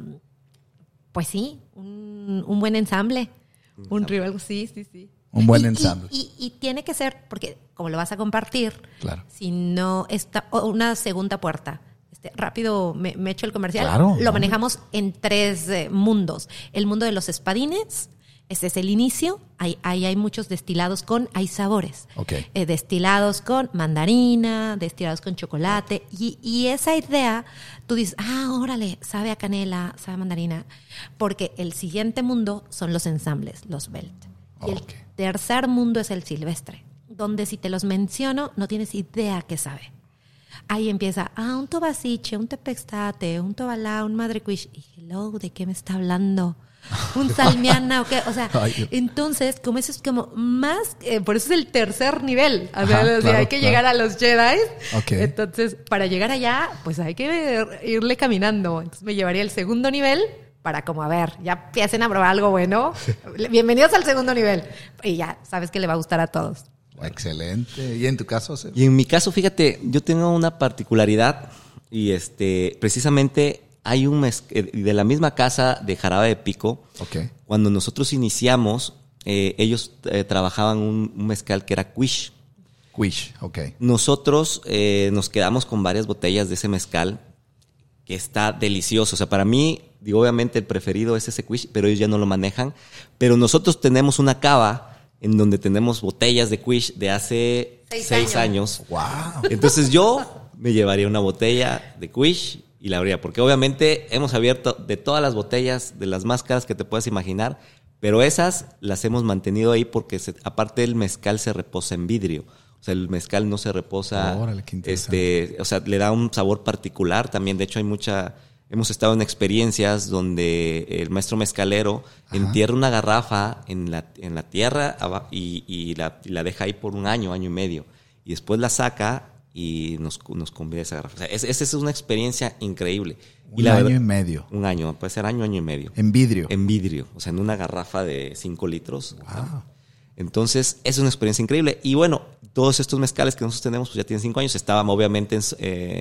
pues sí, un, un buen ensamble. Un rival, sí, sí, sí. Un buen Y- y- ensamble. Y, y tiene que ser, porque como lo vas a compartir, Claro. si no está, o una segunda puerta. Este, rápido me, me echo el comercial. Claro, Lo no. manejamos en tres eh, mundos. El mundo de los espadines, ese es el inicio. Ahí, ahí hay muchos destilados con, hay sabores. Ok. Eh, destilados con mandarina, destilados con chocolate. Y, y esa idea, tú dices, ah, órale, sabe a canela, sabe a mandarina. Porque el siguiente mundo son los ensambles, los belt. Y el Ok. tercer mundo es el silvestre, donde si te los menciono, no tienes idea qué sabe. Ahí empieza, ah, un tobasiche, un tepextate, un tobalá, un madre quiche. Y hello, ¿de qué me está hablando? Un salmiana o qué, o sea, Ay, Dios. entonces, como eso es como más, eh, por eso es el tercer nivel. O Ajá, sea, o sea, claro, hay que claro. llegar a los Jedi. Ok. Entonces, para llegar allá, pues hay que irle caminando. Entonces me llevaría el segundo nivel para como, a ver, ya empiecen a probar algo bueno. Bienvenidos al segundo nivel. Y ya, sabes que le va a gustar a todos. Excelente. ¿Y en tu caso, Asef? Y en mi caso, fíjate, yo tengo una particularidad y este, precisamente hay un mez- eh, de la misma casa de Jarabe de Pico. Ok. Cuando nosotros iniciamos, eh, ellos eh, trabajaban un, un mezcal que era Quiche. Quiche, ok. Nosotros eh, nos quedamos con varias botellas de ese mezcal que está delicioso. O sea, para mí, digo, obviamente el preferido es ese Quiche, pero ellos ya no lo manejan. Pero nosotros tenemos una cava en donde tenemos botellas de Quiche de hace Seis seis años. años. Wow. Entonces yo me llevaría una botella de Quiche y la abriría, porque obviamente hemos abierto de todas las botellas, de las más caras que te puedas imaginar, pero esas las hemos mantenido ahí porque se- aparte el mezcal se reposa en vidrio. O sea, el mezcal no se reposa, Órale, qué interesante. este, o sea, le da un sabor particular también. De hecho, hay mucha hemos estado en experiencias donde el maestro mezcalero Ajá. entierra una garrafa en la, en la tierra y, y, la, y la deja ahí por un año, año y medio. Y después la saca y nos, nos convida esa garrafa. O sea, es, esa es una experiencia increíble. Un y la año verdad, y medio. Un año, puede ser año, año y medio. En vidrio. En vidrio, o sea, en una garrafa de cinco litros. Wow. Entonces, es una experiencia increíble. Y bueno, todos estos mezcales que nosotros tenemos, pues ya tienen cinco años, estaban obviamente en,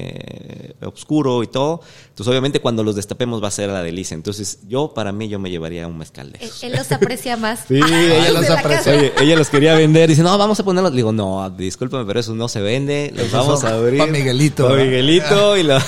eh, oscuro y todo. Entonces, obviamente, cuando los destapemos va a ser la delicia. Entonces, yo, para mí, yo me llevaría un mezcal de Él, esos. él los aprecia más. Sí, ella los de la aprecia. casa. Oye, ella los quería vender. Dice, no, vamos a ponerlos. Le digo, no, discúlpame, pero eso no se vende. Los Esos vamos son a abrir. pa' Miguelito, Pa' ¿verdad? Miguelito. Y la...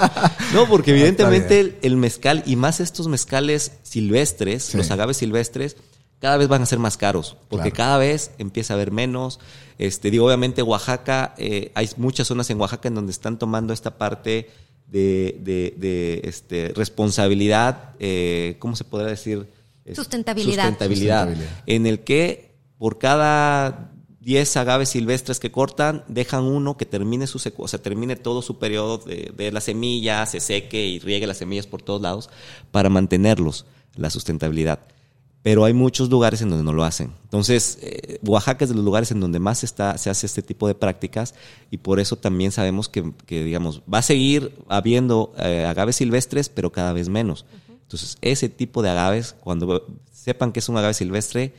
No, porque Ah, evidentemente está el, el mezcal, y más estos mezcales silvestres, Sí. los agaves silvestres, cada vez van a ser más caros. Porque Claro. cada vez empieza a haber menos. Este, digo, obviamente Oaxaca, eh, hay muchas zonas en Oaxaca en donde están tomando esta parte de, de, de este, responsabilidad, eh, ¿cómo se podría decir? Sustentabilidad. Sustentabilidad. Sustentabilidad. En el que por cada diez agaves silvestres que cortan, dejan uno que termine su secu- o sea, termine todo su periodo de, de la semilla, se seque y riegue las semillas por todos lados para mantenerlos, la sustentabilidad. Pero hay muchos lugares en donde no lo hacen. Entonces, eh, Oaxaca es de los lugares en donde más está, se hace este tipo de prácticas y por eso también sabemos que, que digamos, va a seguir habiendo eh, agaves silvestres, pero cada vez menos. Uh-huh. Entonces, ese tipo de agaves, cuando sepan que es un agave silvestre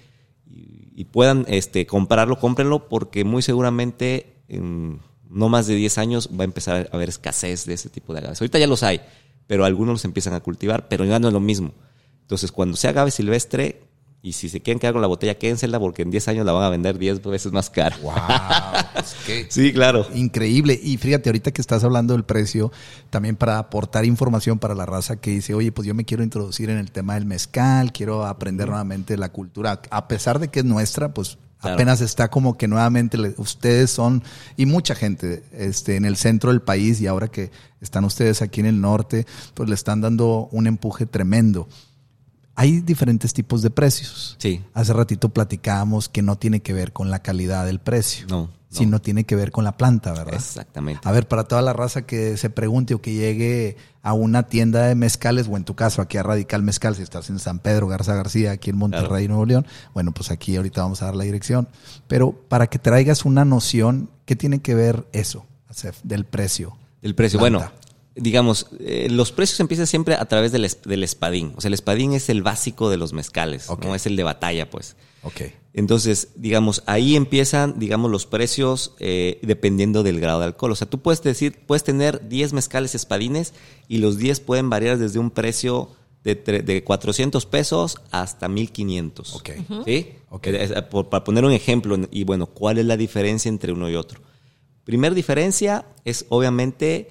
y, y puedan este, comprarlo, cómprenlo porque muy seguramente en no más de diez años va a empezar a haber escasez de ese tipo de agaves. Ahorita ya los hay, pero algunos los empiezan a cultivar, pero ya no es lo mismo. Entonces, cuando sea agave silvestre, y si se quieren quedar con la botella, quédensela porque en diez años la van a vender diez veces más cara. Wow, pues qué sí, claro. Increíble. Y fíjate, ahorita que estás hablando del precio, también para aportar información para la raza que dice, oye, pues yo me quiero introducir en el tema del mezcal, quiero aprender uh-huh. nuevamente la cultura. A pesar de que es nuestra, pues claro. apenas está como que nuevamente le, ustedes son, y mucha gente este, en el centro del país, y ahora que están ustedes aquí en el norte, pues le están dando un empuje tremendo. Hay diferentes tipos de precios. Sí. Hace ratito platicábamos que no tiene que ver con la calidad del precio. No. no. Sino tiene que ver con la planta, ¿verdad? Exactamente. A ver, para toda la raza que se pregunte o que llegue a una tienda de mezcales, o en tu caso aquí a Radical Mezcal, si estás en San Pedro Garza García, aquí en Monterrey, claro. Nuevo León, bueno, pues aquí ahorita vamos a dar la dirección. Pero para que traigas una noción, ¿qué tiene que ver eso, Acef, del precio? Del precio, planta. Bueno... Digamos, eh, los precios empiezan siempre a través del, es, del espadín. O sea, el espadín es el básico de los mezcales, okay. no es el de batalla, pues. Okay. Entonces, digamos, ahí empiezan, digamos, los precios eh, dependiendo del grado de alcohol. O sea, tú puedes decir, puedes tener diez mezcales espadines y los diez pueden variar desde un precio de, de cuatrocientos pesos hasta mil quinientos. Okay. Uh-huh. ¿Sí? Okay. Por, para poner un ejemplo, y bueno, ¿cuál es la diferencia entre uno y otro? Primer diferencia es, obviamente...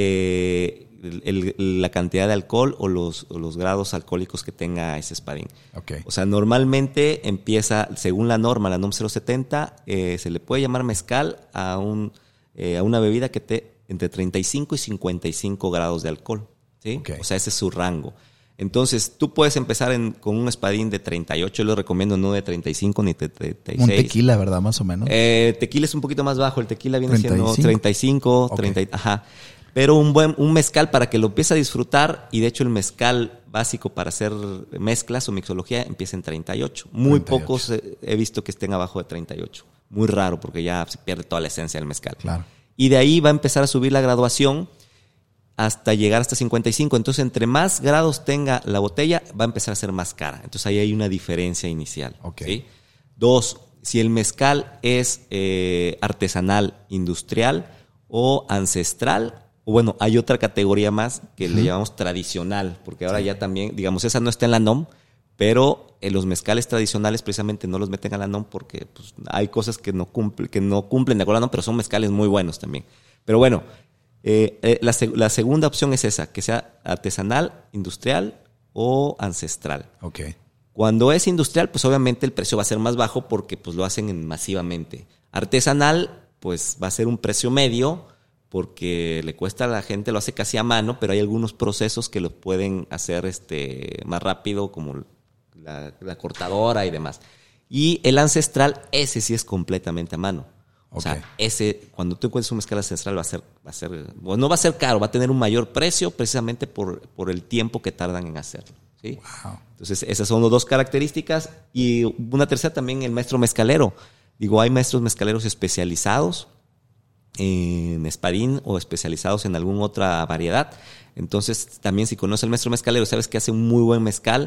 Eh, el, el, la cantidad de alcohol o los, o los grados alcohólicos que tenga ese espadín. Okay. O sea, normalmente empieza, según la norma, la NOM cero setenta, eh, se le puede llamar mezcal a, un, eh, a una bebida que te entre treinta y cinco y cincuenta y cinco grados de alcohol. ¿Sí? Okay. O sea, ese es su rango. Entonces, tú puedes empezar en, con un espadín de treinta y ocho, yo lo recomiendo no de treinta y cinco ni de treinta y seis. Un tequila, ¿verdad? Más o menos. Eh, tequila es un poquito más bajo, el tequila viene treinta y cinco. siendo treinta y cinco, Okay. treinta, ajá. Pero un buen un mezcal para que lo empiece a disfrutar, y de hecho el mezcal básico para hacer mezclas o mixología empieza en treinta y ocho. Muy treinta y ocho. Pocos he visto que estén abajo de treinta y ocho. Muy raro porque ya se pierde toda la esencia del mezcal. Claro. Y de ahí va a empezar a subir la graduación hasta llegar hasta cincuenta y cinco. Entonces, entre más grados tenga la botella, va a empezar a ser más cara. Entonces, ahí hay una diferencia inicial. Okay. ¿Sí? Dos, si el mezcal es eh, artesanal, industrial o ancestral, o bueno, hay otra categoría más que uh-huh. le llamamos tradicional, porque ahora sí. ya también, digamos, esa no está en la NOM, pero en los mezcales tradicionales precisamente no los meten a la NOM porque pues, hay cosas que no, cumple, que no cumplen de acuerdo a la NOM, pero son mezcales muy buenos también. Pero bueno, eh, eh, la, la segunda opción es esa, que sea artesanal, industrial o ancestral. Okay. Cuando es industrial, pues obviamente el precio va a ser más bajo porque pues lo hacen en masivamente. Artesanal, pues va a ser un precio medio porque le cuesta a la gente, lo hace casi a mano, pero hay algunos procesos que lo pueden hacer este más rápido, como la, la cortadora y demás. Y el ancestral, ese sí es completamente a mano. O sea, ese, cuando tú encuentres un mezcal ancestral va a ser, va a ser, bueno, no va a ser caro, va a tener un mayor precio precisamente por, por el tiempo que tardan en hacerlo. ¿Sí? Wow. Entonces, esas son las dos características. Y una tercera también, el maestro mezcalero. Digo, hay maestros mezcaleros especializados en espadín o especializados en alguna otra variedad. Entonces, también si conoces al maestro mezcalero, sabes que hace un muy buen mezcal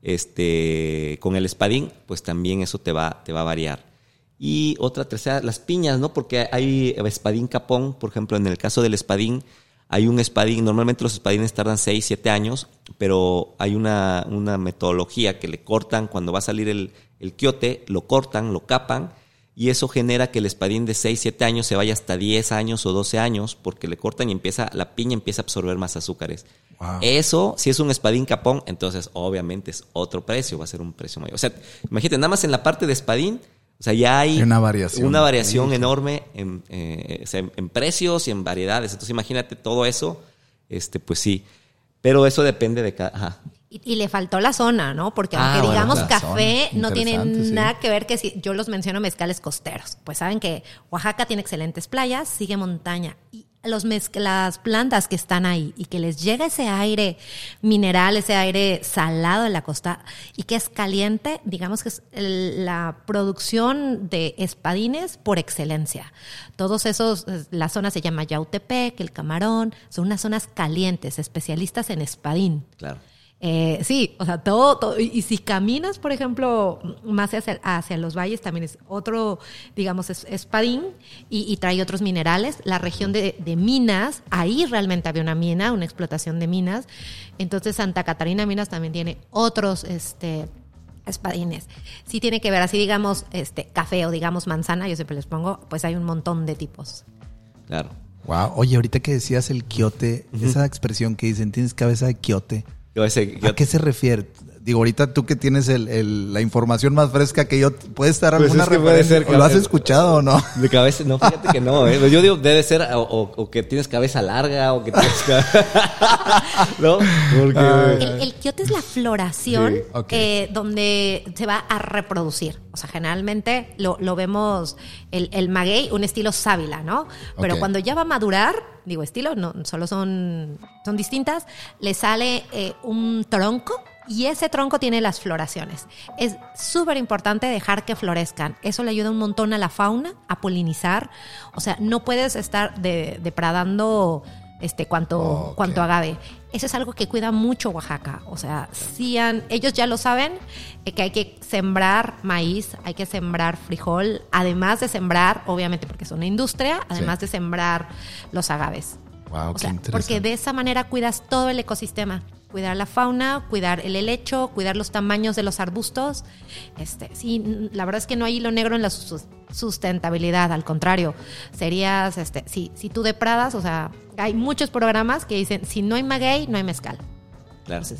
este, con el espadín, pues también eso te va, te va a variar. Y otra tercera, las piñas, ¿no? Porque hay espadín capón, por ejemplo, en el caso del espadín, hay un espadín, normalmente los espadines tardan seis, siete años, pero hay una, una metodología que le cortan, cuando va a salir el, el quiote, lo cortan, lo capan, y eso genera que el espadín de seis, siete años se vaya hasta diez años o doce años, porque le cortan y empieza, la piña empieza a absorber más azúcares. Wow. Eso, si es un espadín capón, entonces obviamente es otro precio, va a ser un precio mayor. O sea, imagínate, nada más en la parte de espadín, o sea, ya hay una variación, una variación sí. enorme en, eh, o sea, en, en precios y en variedades. Entonces, imagínate todo eso, este, pues sí. Pero eso depende de cada... Ajá. Y, y le faltó la zona, ¿no? Porque aunque ah, digamos bueno, café, no tiene sí. nada que ver que si yo los menciono mezcales costeros. Pues saben que Oaxaca tiene excelentes playas, sigue montaña. Y los mezc- las plantas que están ahí y que les llega ese aire mineral, ese aire salado de la costa y que es caliente, digamos que es el, la producción de espadines por excelencia. Todos esos, la zona se llama Yautepec, el Camarón, son unas zonas calientes, especialistas en espadín. Claro. Eh, sí, o sea, todo, todo y, y si caminas, por ejemplo, más hacia, hacia los valles, también es otro, digamos, es, espadín y, y trae otros minerales. La región de, de Minas, ahí realmente había una mina, una explotación de minas. Entonces, Santa Catarina Minas también tiene otros, este, espadines. Sí tiene que ver, así digamos, este, café o digamos manzana, yo siempre les pongo, pues hay un montón de tipos. Claro. Wow. Oye, ahorita que decías el quiote, uh-huh. esa expresión que dicen, tienes cabeza de quiote. Yo ese, yo... ¿A qué se refiere? Digo, ahorita tú que tienes el, el, la información más fresca que yo, ¿puede estar pues alguna es que referencia? Puede ser, ¿O lo has escuchado o no? De cabeza, no, fíjate que no. ¿eh? Yo digo, debe ser o, o, o que tienes cabeza larga o que tienes cabeza... ¿No? Porque... El, el quiote es la floración sí, okay. eh, donde se va a reproducir. O sea, generalmente lo, lo vemos el, el maguey, un estilo sábila, ¿no? Pero okay. cuando ya va a madurar, digo estilo, no solo son, son distintas, le sale eh, un tronco y ese tronco tiene las floraciones. Es súper importante dejar que florezcan. Eso le ayuda un montón a la fauna a polinizar. O sea, no puedes estar de, depredando este, cuanto, okay. cuanto agave. Eso es algo que cuida mucho Oaxaca. O sea, sí han, ellos ya lo saben, eh, que hay que sembrar maíz, hay que sembrar frijol, además de sembrar, obviamente porque es una industria, además sí. de sembrar los agaves. Wow, o qué sea, interesante. porque de esa manera cuidas todo el ecosistema. Cuidar la fauna, cuidar el helecho, cuidar los tamaños de los arbustos. Este, sí, la verdad es que no hay hilo negro en la sustentabilidad, al contrario. Serías, este, si, si tú depradas, o sea, hay muchos programas que dicen, si no hay maguey, no hay mezcal. Claro. Entonces,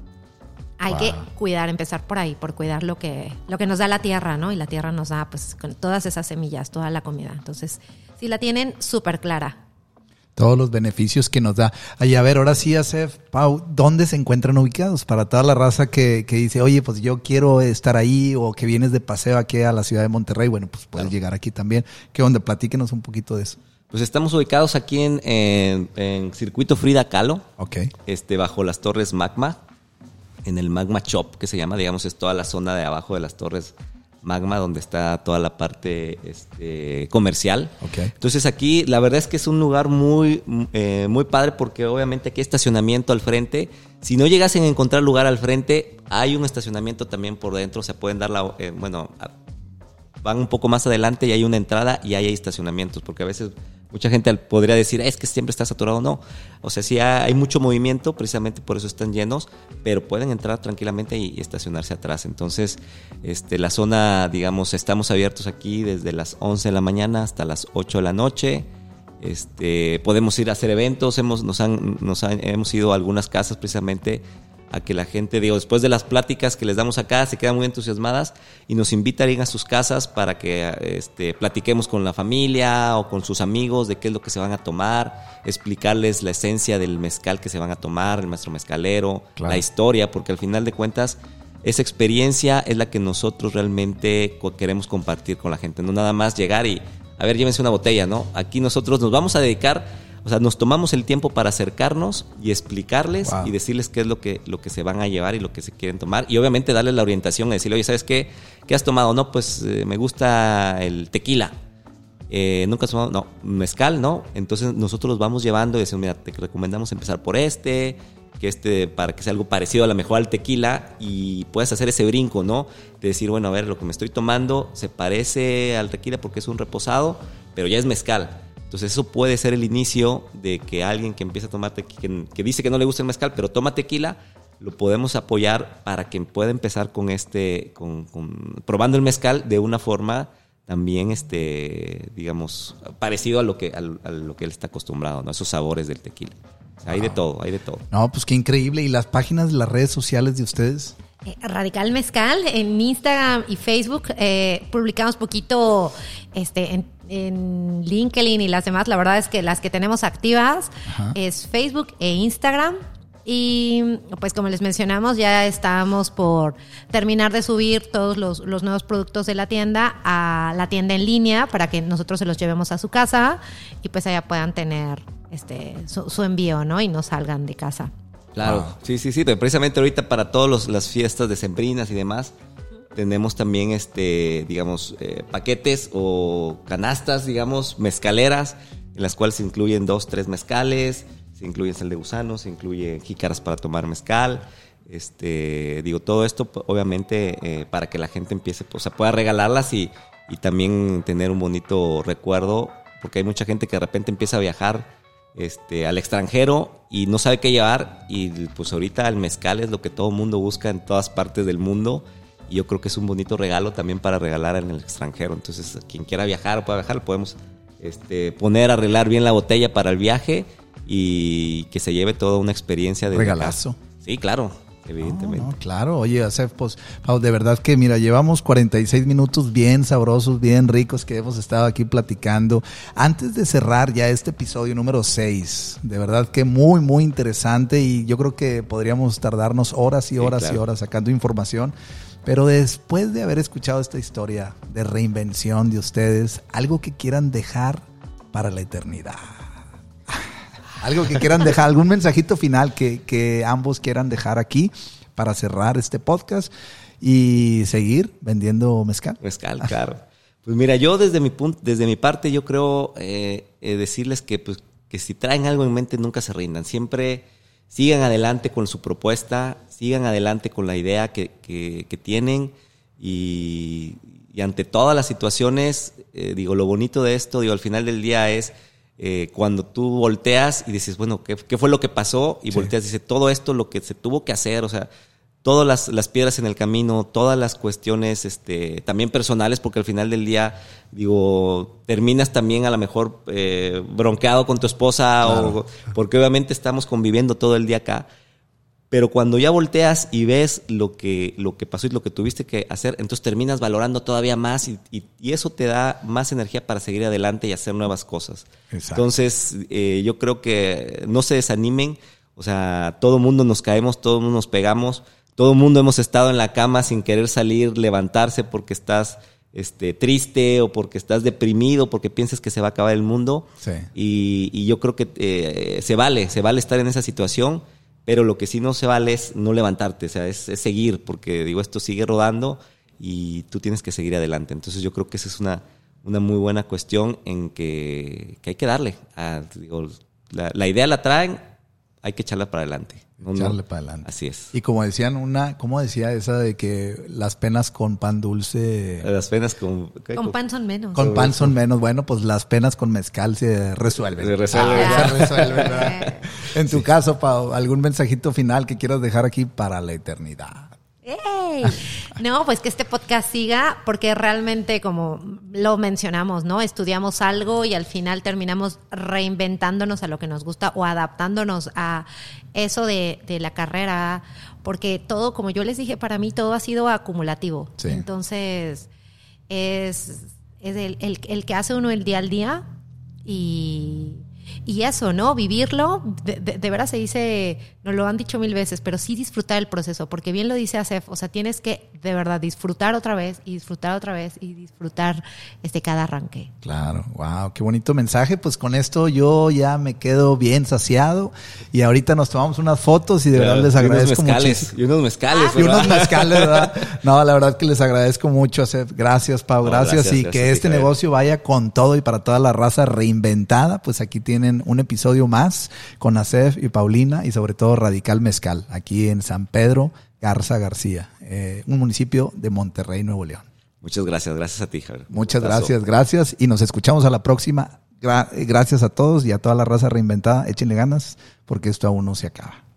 hay wow. que cuidar, empezar por ahí, por cuidar lo que, lo que nos da la tierra, ¿no? Y la tierra nos da, pues, con todas esas semillas, toda la comida. Entonces, si la tienen súper clara. Todos los beneficios que nos da. Ay, a ver, ahora sí, Asef, Pau, ¿dónde se encuentran ubicados? Para toda la raza que, que dice, oye, pues yo quiero estar ahí, o que vienes de paseo aquí a la ciudad de Monterrey, bueno, pues puedes claro. llegar aquí también. ¿Qué onda? Platíquenos un poquito de eso. Pues estamos ubicados aquí en, en, en Circuito Frida Kahlo, okay. este, bajo las Torres Magma, en el Magma Shop, que se llama, digamos, es toda la zona de abajo de las Torres Magma, donde está toda la parte este, comercial. Okay. Entonces aquí la verdad es que es un lugar muy, eh, muy padre, porque obviamente aquí hay estacionamiento al frente. Si no llegasen a encontrar lugar al frente, hay un estacionamiento también por dentro. Se pueden dar la... Eh, bueno, van un poco más adelante y hay una entrada y ahí hay estacionamientos, porque a veces mucha gente podría decir, es que siempre está saturado. No, o sea, sí hay mucho movimiento, precisamente por eso están llenos, pero pueden entrar tranquilamente y, y estacionarse atrás. Entonces, este, la zona, digamos, estamos abiertos aquí desde las once de la mañana hasta las ocho de la noche. Este, podemos ir a hacer eventos, hemos, nos han, nos han, hemos ido a algunas casas precisamente a que la gente, digo, después de las pláticas que les damos acá, se quedan muy entusiasmadas y nos invitan a ir a sus casas para que este, platiquemos con la familia o con sus amigos de qué es lo que se van a tomar, explicarles la esencia del mezcal que se van a tomar, el maestro mezcalero, claro. la historia, porque al final de cuentas esa experiencia es la que nosotros realmente queremos compartir con la gente, no nada más llegar y a ver, llévense una botella, ¿no? Aquí nosotros nos vamos a dedicar, o sea, nos tomamos el tiempo para acercarnos y explicarles wow. y decirles qué es lo que, lo que se van a llevar y lo que se quieren tomar. Y obviamente darles la orientación y decirle, oye, ¿sabes qué? ¿Qué has tomado? No, pues eh, me gusta el tequila. Eh, ¿Nunca has tomado? No, mezcal, ¿no? Entonces nosotros los vamos llevando y decimos, mira, te recomendamos empezar por este, que este, para que sea algo parecido a lo mejor al tequila y puedas hacer ese brinco, ¿no? De decir, bueno, a ver, lo que me estoy tomando se parece al tequila porque es un reposado, pero ya es mezcal. Entonces eso puede ser el inicio de que alguien que empieza a tomar tequila, que, que dice que no le gusta el mezcal, pero toma tequila, lo podemos apoyar para que pueda empezar con este, con, con, probando el mezcal de una forma también, este, digamos, parecido a lo que, a, a lo que él está acostumbrado, ¿no? Esos sabores del tequila. O sea, hay de todo, hay de todo. No, pues qué increíble. ¿Y las páginas de las redes sociales de ustedes? Eh, Radical Mezcal en Instagram y Facebook. Eh, publicamos poquito este, en, en LinkedIn y las demás. La verdad es que las que tenemos activas Ajá. es Facebook e Instagram. Y pues como les mencionamos, ya estamos por terminar de subir todos los, los nuevos productos de la tienda a la tienda en línea para que nosotros se los llevemos a su casa y pues allá puedan tener este su, su envío, ¿no? Y no salgan de casa. Claro, wow. sí, sí, sí. Precisamente ahorita para todas las fiestas decembrinas y demás, tenemos también, este, digamos, eh, paquetes o canastas, digamos, mezcaleras, en las cuales se incluyen dos, tres mezcales. Se incluye sal de gusano, se incluye jícaras para tomar mezcal. Este, digo, todo esto obviamente eh, para que la gente empiece, o sea, pueda regalarlas y, y también tener un bonito recuerdo, porque hay mucha gente que de repente empieza a viajar este, al extranjero y no sabe qué llevar, y pues ahorita el mezcal es lo que todo el mundo busca en todas partes del mundo, y yo creo que es un bonito regalo también para regalar en el extranjero. Entonces, quien quiera viajar o pueda viajar, podemos este, poner, arreglar bien la botella para el viaje y que se lleve toda una experiencia de regalazo. Viajar. Sí, claro, evidentemente. No, no, claro. Oye, Asef, pues, de verdad que mira, llevamos cuarenta y seis minutos bien sabrosos, bien ricos que hemos estado aquí platicando. Antes de cerrar ya este episodio número seis, de verdad que muy, muy interesante, y yo creo que podríamos tardarnos horas y horas sí, claro. y horas sacando información. Pero después de haber escuchado esta historia de reinvención de ustedes, algo que quieran dejar para la eternidad. Algo que quieran dejar, algún mensajito final que, que ambos quieran dejar aquí para cerrar este podcast y seguir vendiendo mezcal. Mezcal, claro. Pues mira, yo desde mi punto, desde mi parte, yo creo eh, eh, decirles que, pues, que si traen algo en mente, nunca se rindan. Siempre sigan adelante con su propuesta, sigan adelante con la idea que, que, que tienen y, y ante todas las situaciones, eh, digo, lo bonito de esto, digo, al final del día es Eh, cuando tú volteas y dices, bueno, ¿qué, qué fue lo que pasó? Y sí. volteas y dices, todo esto, lo que se tuvo que hacer, o sea, todas las, las piedras en el camino, todas las cuestiones este, también personales, porque al final del día, digo, terminas también a lo mejor eh, bronqueado con tu esposa, claro. o porque obviamente estamos conviviendo todo el día acá. Pero cuando ya volteas y ves lo que, lo que pasó y lo que tuviste que hacer, entonces terminas valorando todavía más y, y, y eso te da más energía para seguir adelante y hacer nuevas cosas. Exacto. Entonces, eh, yo creo que no se desanimen. O sea, todo el mundo nos caemos, todo el mundo nos pegamos, todo el mundo hemos estado en la cama sin querer salir, levantarse porque estás este, triste o porque estás deprimido, porque piensas que se va a acabar el mundo. Sí. Y, y yo creo que eh, se vale, se vale estar en esa situación. Pero lo que sí no se vale es no levantarte, o sea, es, es seguir, porque digo, esto sigue rodando y tú tienes que seguir adelante. Entonces yo creo que esa es una, una muy buena cuestión en que, que hay que darle. A, digo, la, la idea la traen, hay que echarla para adelante. No, echarle no, para adelante. Así es. Y como decían, una, ¿cómo decía esa de que las penas con pan dulce? Las penas con... ¿qué? Con pan son menos. Con pan son menos. Bueno, pues las penas con mezcal se resuelven. Se resuelven. Ah, se resuelven, ¿verdad? En tu sí. caso, Pau, ¿algún mensajito final que quieras dejar aquí para la eternidad? ¡Ey! No, pues que este podcast siga, porque realmente, como lo mencionamos, ¿no? Estudiamos algo y al final terminamos reinventándonos a lo que nos gusta o adaptándonos a eso de, de la carrera, porque todo, como yo les dije, para mí todo ha sido acumulativo. Sí. Entonces, es, es el, el, el que hace uno el día al día y... Y eso, ¿no? Vivirlo, de, de, de veras se dice, nos lo han dicho mil veces, pero sí disfrutar el proceso, porque bien lo dice Asef, o sea, tienes que de verdad disfrutar otra vez y disfrutar otra vez y disfrutar este cada arranque. Claro, wow, qué bonito mensaje. Pues con esto yo ya me quedo bien saciado y ahorita nos tomamos unas fotos y de Claro, verdad les agradezco y unos mezcales, muchísimo. y unos mezcales, Y ¿verdad? unos mezcales, ¿verdad? No, la verdad que les agradezco mucho, Asef. Gracias, Pau, No, gracias. gracias, y gracias que a ti, este Javier. negocio vaya con todo y para toda la raza reinventada. Pues aquí tienen un episodio más con Asef y Paulina y sobre todo Radical Mezcal, aquí en San Pedro Garza García, eh, un municipio de Monterrey, Nuevo León. Muchas gracias, gracias a ti, Javier. Muchas Gustazo. gracias, gracias. Y nos escuchamos a la próxima. Gra- gracias a todos y a toda la raza reinventada. Échenle ganas porque esto aún no se acaba.